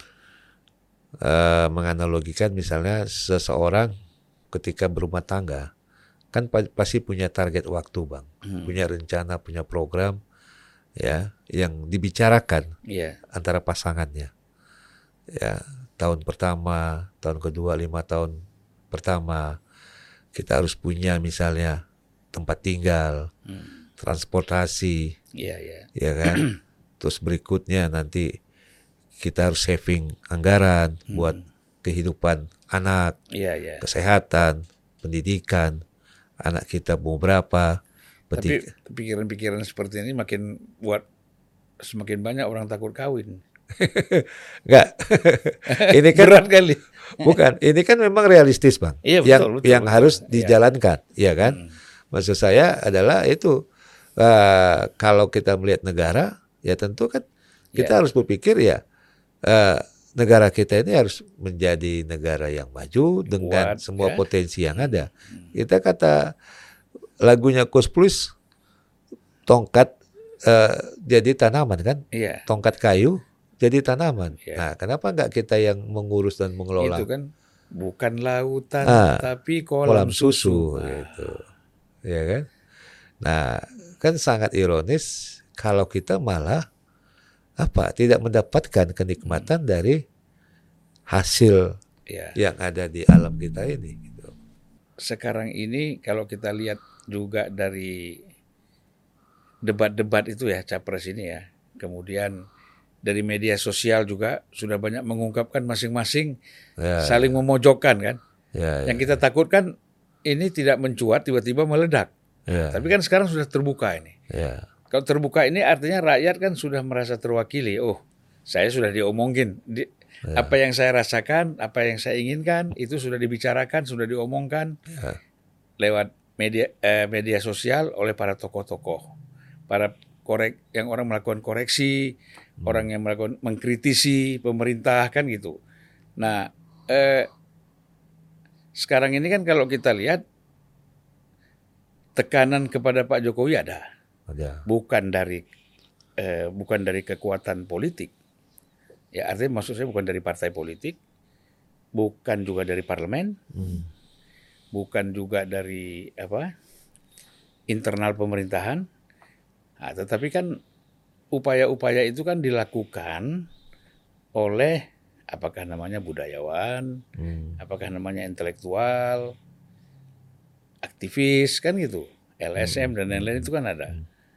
uh, menganalogikan misalnya seseorang ketika berumah tangga kan pasti punya target waktu, Bang, hmm. punya rencana, punya program. Ya, yang dibicarakan yeah. antara pasangannya. Ya, tahun pertama, tahun kedua, lima tahun pertama kita harus punya misalnya tempat tinggal, hmm. transportasi, yeah, yeah. ya kan. Terus berikutnya nanti kita harus saving anggaran hmm. buat kehidupan anak, yeah, yeah. kesehatan, pendidikan, anak kita mau berapa. Tapi pikiran-pikiran seperti ini makin buat semakin banyak orang takut kawin. Enggak. Ini kan berat kali. Bukan, ini kan memang realistis, Bang. Iya, betul, yang betul, yang betul. harus Iya. dijalankan, ya kan? Hmm. Maksud saya adalah itu uh, kalau kita melihat negara, ya tentu kan kita ya. harus berpikir ya uh, negara kita ini harus menjadi negara yang maju dengan Kuat, semua ya? potensi yang ada. Hmm. Kita kata lagunya Kus Plus, tongkat uh, jadi tanaman kan, iya. tongkat kayu jadi tanaman. Iya. Nah, kenapa nggak kita yang mengurus dan mengelola? Itu kan bukan lautan Ah, tapi kolam kolam susu susu. Nah, gitu. Ya kan? Nah, kan sangat ironis kalau kita malah apa? Tidak mendapatkan kenikmatan dari hasil ya. yang ada di alam kita ini gitu. Sekarang ini kalau kita lihat juga dari debat-debat itu ya capres ini ya. Kemudian dari media sosial juga sudah banyak mengungkapkan masing-masing Ya, saling memojokkan kan. ya, Yang ya, kita takutkan ini tidak mencuat tiba-tiba meledak. Nah, ya, tapi kan sekarang sudah terbuka ini. ya, Kalau terbuka ini artinya rakyat kan sudah merasa terwakili. Oh, saya sudah diomongin. Di, ya, apa yang saya rasakan, apa yang saya inginkan itu sudah dibicarakan, sudah diomongkan ya. lewat media eh, media sosial oleh para tokoh-tokoh, para korek yang orang melakukan koreksi, Hmm. orang yang melakukan mengkritisi pemerintah kan gitu. Nah, eh, sekarang ini kan kalau kita lihat tekanan kepada Pak Jokowi ada, Ada. bukan dari eh, bukan dari kekuatan politik. Ya artinya maksud saya bukan dari partai politik, bukan juga dari parlemen, Hmm. bukan juga dari apa internal pemerintahan. Nah, tetapi kan upaya-upaya itu kan dilakukan oleh apakah namanya budayawan, Hmm. apakah namanya intelektual, aktivis kan gitu, L S M dan lain-lain itu kan ada.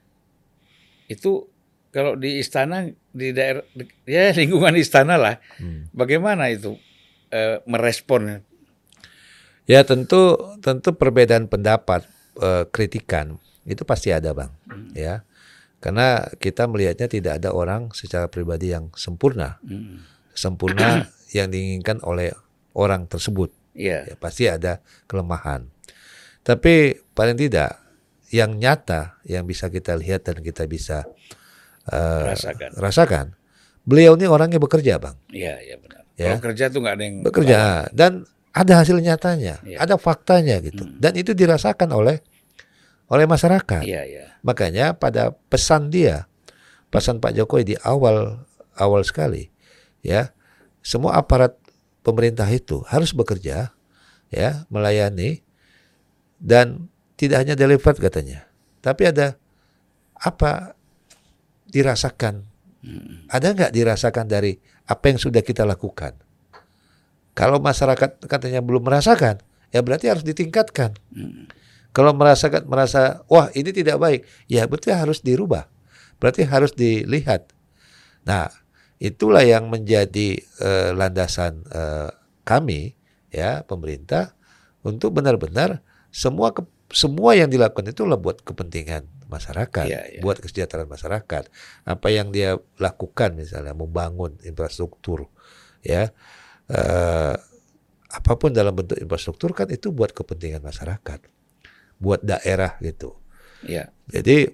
Itu kalau di istana di daerah ya lingkungan istana lah, Hmm. bagaimana itu eh, merespon? Ya tentu tentu perbedaan pendapat, eh, kritikan itu pasti ada bang, ya karena kita melihatnya tidak ada orang secara pribadi yang sempurna, Hmm. sempurna yang diinginkan oleh orang tersebut. Ya, Ya, pasti ada kelemahan. Tapi paling tidak yang nyata yang bisa kita lihat dan kita bisa eh, rasakan. rasakan, beliau ini orangnya bekerja bang, Iya, iya benar. Ya. Kalau kerja tuh nggak ada yang bekerja lawan. dan ada hasil nyatanya, Iya. ada faktanya gitu, dan itu dirasakan oleh oleh masyarakat. Iya, iya. Makanya pada pesan dia, pesan Pak Jokowi di awal awal sekali, ya semua aparat pemerintah itu harus bekerja, ya melayani dan tidak hanya delivered katanya, tapi ada apa dirasakan, ada nggak dirasakan dari apa yang sudah kita lakukan. Kalau masyarakat katanya belum merasakan, ya berarti harus ditingkatkan. Hmm. Kalau merasakan merasa wah ini tidak baik, ya berarti harus dirubah, berarti harus dilihat. Nah itulah yang menjadi eh, landasan eh, kami, ya pemerintah, untuk benar-benar semua ke, semua yang dilakukan itu lah buat kepentingan masyarakat, Iya, iya. buat kesejahteraan masyarakat. Apa yang dia lakukan misalnya membangun infrastruktur, ya eh, apapun dalam bentuk infrastruktur kan itu buat kepentingan masyarakat, buat daerah gitu. Iya. Jadi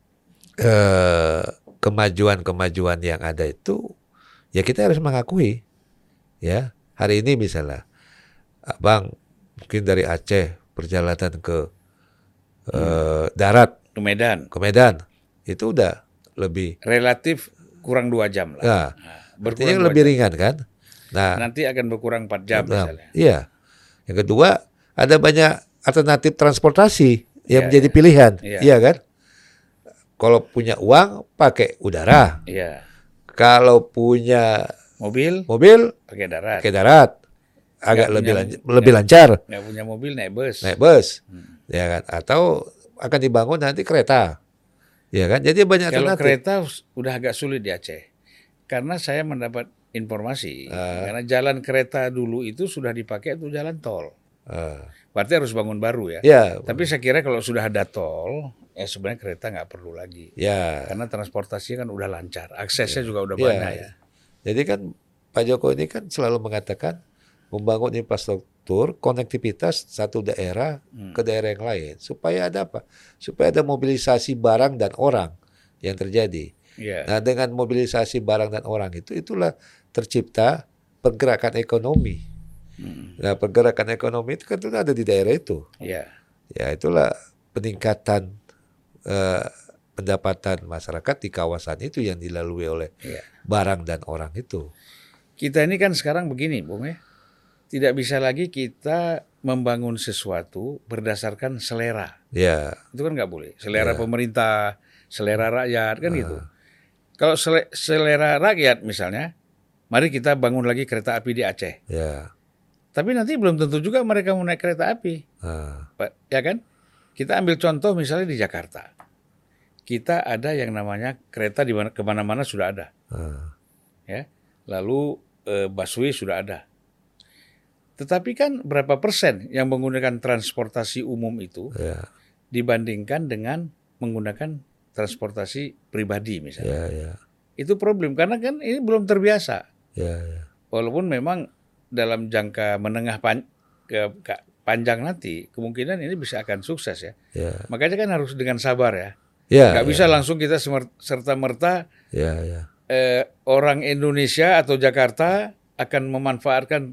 eh, kemajuan-kemajuan yang ada itu ya kita harus mengakui, ya hari ini misalnya abang mungkin dari Aceh perjalanan ke eh, darat Ke Medan ke Medan itu udah lebih, relatif kurang dua jam lah. nah, Nah, artinya berkurang lebih dua jam. ringan kan. Nah, Nanti akan berkurang empat jam nah, misalnya. iya. Yang kedua ada banyak alternatif transportasi yang Iya, menjadi iya. pilihan, Iya. iya kan? Kalau punya uang pakai udara, Iya. kalau punya Mobil mobil pakai darat. pakai darat, agak Nggak lebih punya- lancar, lebih lancar Nggak punya mobil naik bus. naik bus, Hmm. ya kan? Atau akan dibangun nanti kereta, ya kan? Jadi banyak Kalau alternatif. kereta udah agak sulit di Aceh. Karena saya mendapat informasi, Ah. karena jalan kereta dulu itu sudah dipakai untuk jalan tol. Ah, Berarti harus bangun baru ya. ya, Tapi saya kira kalau sudah ada tol, ya sebenarnya kereta nggak perlu lagi. ya, Karena transportasinya kan udah lancar, aksesnya juga udah ya. banyak ya. Jadi kan Pak Jokowi ini kan selalu mengatakan membangun infrastruktur, konektivitas satu daerah Hmm. ke daerah yang lain. Supaya ada apa? Supaya ada mobilisasi barang dan orang yang terjadi. Iya. Nah dengan mobilisasi barang dan orang itu, itulah tercipta pergerakan ekonomi. Hmm. Nah pergerakan ekonomi itu kan itu ada di daerah itu. Iya. Ya itulah peningkatan eh, pendapatan masyarakat di kawasan itu yang dilalui oleh Iya. barang dan orang itu. Kita ini kan sekarang begini, Bung ya. Tidak bisa lagi kita membangun sesuatu berdasarkan selera. Ya. Itu kan nggak boleh. Selera Ya. pemerintah, selera rakyat, kan Ah. gitu. Kalau sele- selera rakyat misalnya, mari kita bangun lagi kereta api di Aceh. Ya. Tapi nanti belum tentu juga mereka mau naik kereta api. Ah. Pak, ya kan? Kita ambil contoh misalnya di Jakarta. Kita ada yang namanya kereta di mana kemana-mana sudah ada. Ah. Ya. Lalu eh, busway sudah ada. Tetapi kan berapa persen yang menggunakan transportasi umum itu Ya. dibandingkan dengan menggunakan transportasi pribadi misalnya. Ya. Ya. Itu problem karena kan ini belum terbiasa. Ya. Ya. Walaupun memang dalam jangka menengah pan, ke, ke, panjang nanti kemungkinan ini bisa akan sukses ya. Ya. Makanya kan harus dengan sabar ya. Ya. Nggak Ya. bisa langsung kita serta merta Ya. Ya. eh, orang Indonesia atau Jakarta akan memanfaatkan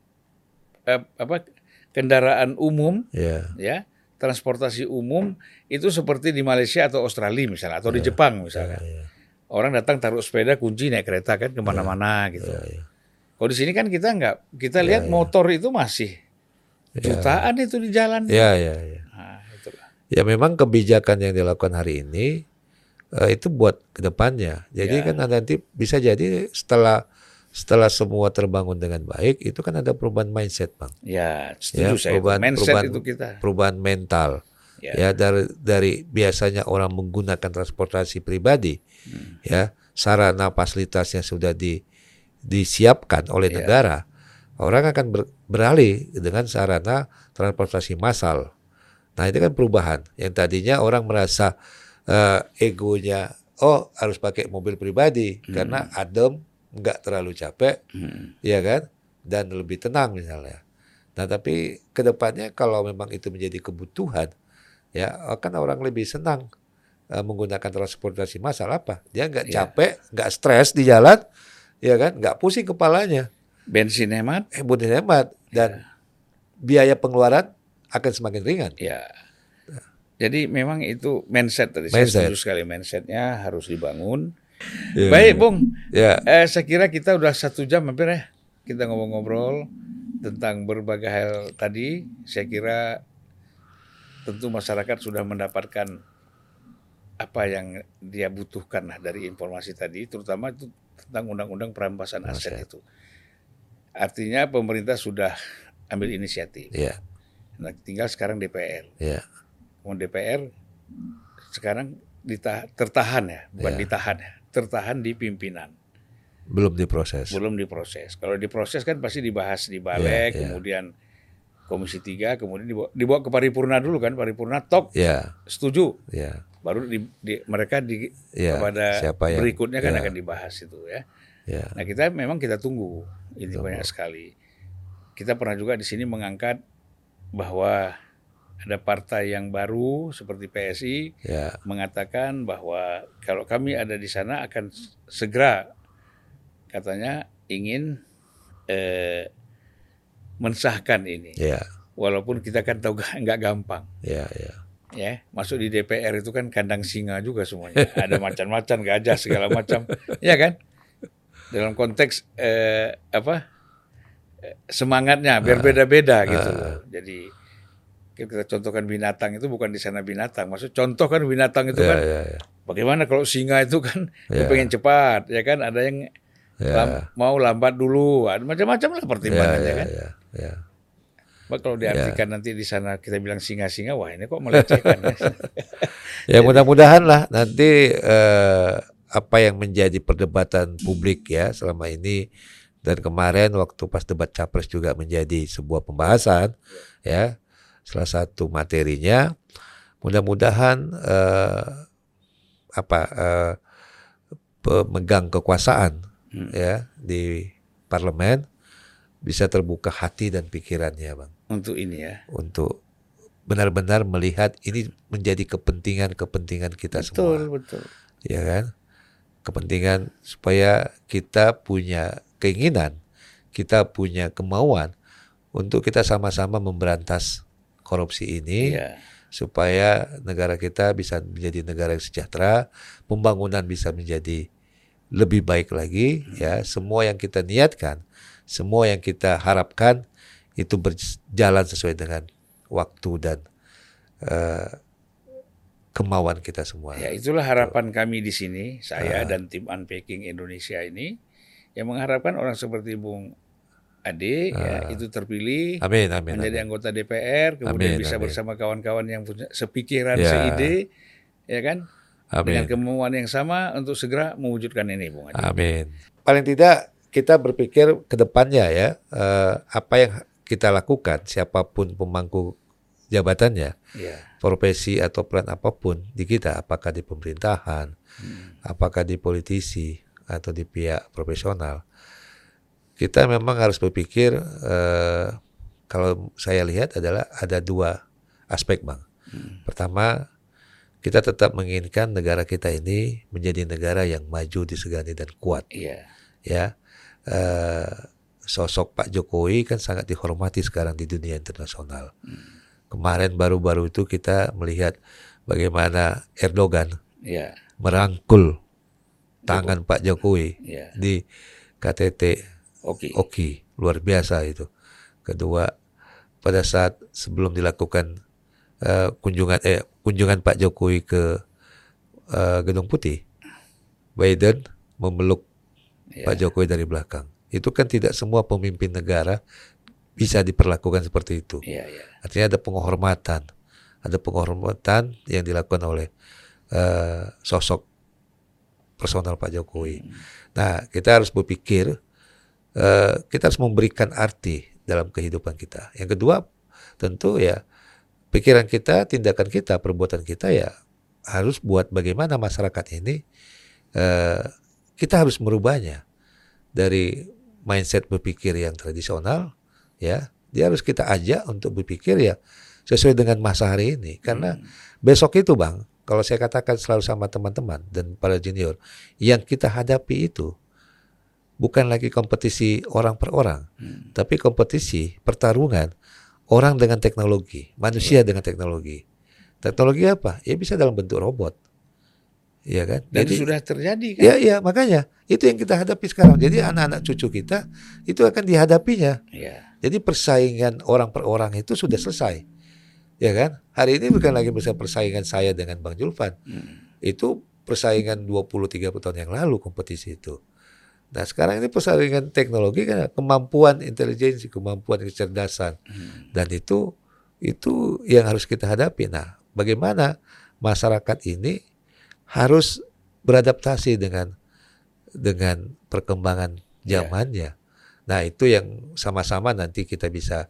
eh, apa kendaraan umum Ya. ya, transportasi umum itu seperti di Malaysia atau Australia misalnya atau di Ya. Jepang Ya. misalnya. Ya. Orang datang taruh sepeda kunci naik kereta kan kemana-mana gitu. Ya. Ya. Kalau di sini kan kita nggak, kita lihat Ya. motor itu masih jutaan itu di jalan. Ya. Ya. Ya. Nah, itulah. Ya memang kebijakan yang dilakukan hari ini eh, itu buat kedepannya. Jadi Ya. kan nanti bisa jadi setelah setelah semua terbangun dengan baik itu kan ada perubahan mindset, Bang. Ya, Ya, setuju saya. Itu. perubahan, Mindset perubahan, itu kita. perubahan mental. Ya. Ya, dari dari biasanya orang menggunakan transportasi pribadi, Hmm. ya sarana fasilitasnya sudah di disiapkan oleh Ya. negara, orang akan ber, beralih dengan sarana transportasi massal. Nah itu kan perubahan. Yang tadinya orang merasa uh, egonya, oh harus pakai mobil pribadi Hmm. karena adem, nggak terlalu capek, Hmm. ya kan, dan lebih tenang misalnya. Nah tapi kedepannya kalau memang itu menjadi kebutuhan, ya akan orang lebih senang uh, menggunakan transportasi massal apa? Dia nggak Ya. capek, nggak stres di jalan, ya kan, nggak pusing kepalanya, Bensin hemat. eh bonus hemat dan biaya pengeluaran akan semakin ringan. Ya. Jadi memang itu mindset tadi. Mindset. Saya setuju sekali mindsetnya harus dibangun. Ya, Baik, ya. Bung. Ya, Eh, saya kira kita udah satu jam hampir ya. Kita ngobrol-ngobrol tentang berbagai hal tadi. Saya kira tentu masyarakat sudah mendapatkan apa yang dia butuhkan lah dari informasi tadi, terutama itu tentang undang-undang perampasan aset itu. Artinya pemerintah sudah ambil inisiatif. ya, Nah, tinggal sekarang D P R. ya, Kemudian D P R sekarang ditah- tertahan ya, bukan Ya. ditahan ya, tertahan di pimpinan. belum diproses. Belum diproses. Kalau diproses kan pasti dibahas di balik, Ya, ya. kemudian Komisi tiga, kemudian dibawa, dibawa ke paripurna dulu kan, paripurna tok Ya, setuju, ya, baru di, di- mereka di ya. kepada Siapa yang- berikutnya kan ya. akan dibahas itu ya. Ya, Nah kita memang kita tunggu, ini Tunggu. banyak sekali. Kita pernah juga di sini mengangkat bahwa ada partai yang baru seperti P S I ya, mengatakan bahwa kalau kami ada di sana akan segera katanya ingin eh, mensahkan ini. ya, Walaupun kita kan tahu nggak gampang. ya, ya, Ya, masuk di D P R itu kan kandang singa juga semuanya. Ada macan-macan, gajah segala macam, ya kan? Dalam konteks eh, apa eh, semangatnya biar beda-beda gitu. loh. Jadi kita contohkan binatang itu bukan di sana binatang. Maksud contoh kan binatang itu ya, kan ya, ya. bagaimana kalau singa itu kan dia Ya. pengen cepat, ya kan? Ada yang Ya. lam- mau lambat dulu, ada macam-macam lah Ya, pertimbangannya ya, kan. ya, ya. Bah, kalau diartikan nanti di sana kita bilang singa-singa, wah ini kok melecehkan. Ya mudah-mudahan lah nanti eh, apa yang menjadi perdebatan publik ya selama ini dan kemarin waktu pas debat capres juga menjadi sebuah pembahasan ya salah satu materinya mudah-mudahan eh, apa eh, pemegang kekuasaan Hmm. ya di parlemen bisa terbuka hati dan pikirannya, Bang, Untuk ini ya. untuk benar-benar melihat ini menjadi kepentingan-kepentingan kita semua, Betul, betul. ya kan? Kepentingan supaya kita punya keinginan, kita punya kemauan untuk kita sama-sama memberantas korupsi ini, Iya. supaya negara kita bisa menjadi negara yang sejahtera, pembangunan bisa menjadi lebih baik lagi, ya. Semua yang kita niatkan, semua yang kita harapkan itu berjalan sesuai dengan waktu dan uh, kemauan kita semua. Ya, itulah harapan kami di sini, saya uh. dan tim Unpacking Indonesia ini, yang mengharapkan orang seperti Bung Ade uh. ya, itu terpilih amin, amin, menjadi amin. anggota D P R, kemudian amin, bisa amin. bersama kawan-kawan yang punya sepikiran, ya. seide, ya kan, amin. dengan kemauan yang sama untuk segera mewujudkan ini, Bung Ade. Amin. Paling tidak kita berpikir ke depannya ya, uh, apa yang kita lakukan, siapapun pemangku jabatannya, yeah. profesi atau peran apapun di kita, apakah di pemerintahan, hmm. apakah di politisi atau di pihak profesional, kita memang harus berpikir, uh, kalau saya lihat adalah ada dua aspek, Bang. Hmm. Pertama, kita tetap menginginkan negara kita ini menjadi negara yang maju, disegani dan kuat. Yeah. Ya. Uh, sosok Pak Jokowi kan sangat dihormati sekarang di dunia internasional. Hmm. Kemarin baru-baru itu kita melihat bagaimana Erdogan yeah. merangkul tangan Joko. Pak Jokowi yeah. di K T T Oki. Oki, luar biasa itu. Kedua, pada saat sebelum dilakukan uh, kunjungan eh kunjungan Pak Jokowi ke uh, Gedung Putih, Biden memeluk Ya. Pak Jokowi dari belakang. Itu kan tidak semua pemimpin negara bisa diperlakukan seperti itu. Ya, ya. Artinya ada penghormatan, ada penghormatan yang dilakukan oleh uh, sosok personal Pak Jokowi. Hmm. Nah, kita harus berpikir, uh, kita harus memberikan arti dalam kehidupan kita. Yang kedua, tentu ya pikiran kita, tindakan kita, perbuatan kita ya harus buat bagaimana masyarakat ini uh, kita harus merubahnya dari mindset berpikir yang tradisional, ya. Dia harus kita ajak untuk berpikir ya sesuai dengan masa hari ini. Karena hmm. besok itu, Bang, kalau saya katakan selalu sama teman-teman dan para junior, yang kita hadapi itu bukan lagi kompetisi orang per orang, hmm. tapi kompetisi pertarungan orang dengan teknologi, manusia hmm. dengan teknologi. Teknologi apa? Ya bisa dalam bentuk robot. Iya kan? Dan Jadi, sudah terjadi kan? Ya, ya, makanya itu yang kita hadapi sekarang. Jadi anak-anak cucu kita itu akan dihadapinya. Ya. Jadi persaingan orang per orang itu sudah selesai. Ya kan? Hari ini bukan lagi persaingan saya dengan Bang Julfan. Hmm. Itu persaingan dua puluh tiga puluh tahun yang lalu kompetisi itu. Nah, sekarang ini persaingan teknologi kan, kemampuan intelijensi, kemampuan kecerdasan. Hmm. Dan itu itu yang harus kita hadapi. Nah, bagaimana masyarakat ini harus beradaptasi dengan dengan perkembangan zamannya. Yeah. Nah, itu yang sama-sama nanti kita bisa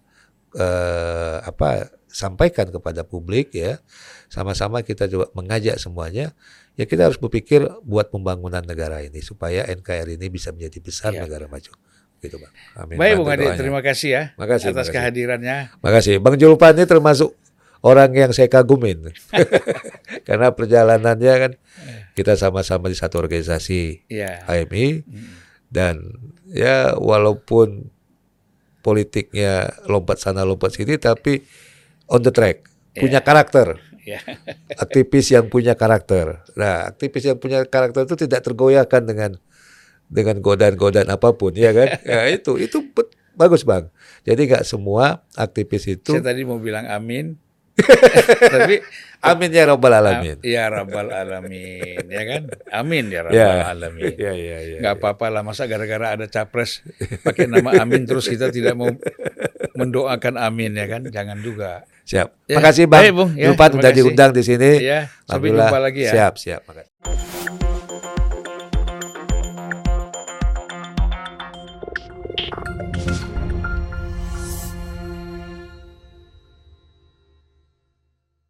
uh, apa sampaikan kepada publik ya. Sama-sama kita coba mengajak semuanya. Ya kita harus berpikir buat pembangunan negara ini supaya N K R I ini bisa menjadi besar yeah. negara maju. Gitu, Bang. Amin. Baik, Bung Ade, terima kasih ya makasih, atas makasih. kehadirannya. Makasih. Bang Julfan ini termasuk orang yang saya kagumin. Karena perjalanannya kan kita sama-sama di satu organisasi yeah. H M I hmm. dan ya walaupun politiknya lompat sana lompat sini tapi on the track, yeah. punya karakter. Yeah. Aktivis yang punya karakter. Nah, aktivis yang punya karakter itu tidak tergoyahkan dengan dengan godaan-godaan apapun, ya kan? Ya itu itu bagus, Bang. Jadi nggak semua aktivis itu. Saya tadi mau bilang amin. Tapi amin ya rabbal alamin. Ya rabbal alamin, ya kan? Amin ya rabbal ya, alamin. Ya, ya, ya, Gak ya. apa-apa lah, masa gara-gara ada capres pakai nama amin terus kita tidak mau mendoakan amin, ya kan? Jangan juga. Siap. Ya, Makasih Bang. Baik, Bung. Ya, Lupa sudah diundang di sini. Ya, sampai jumpa lagi ya. Siap, siap. Makasih.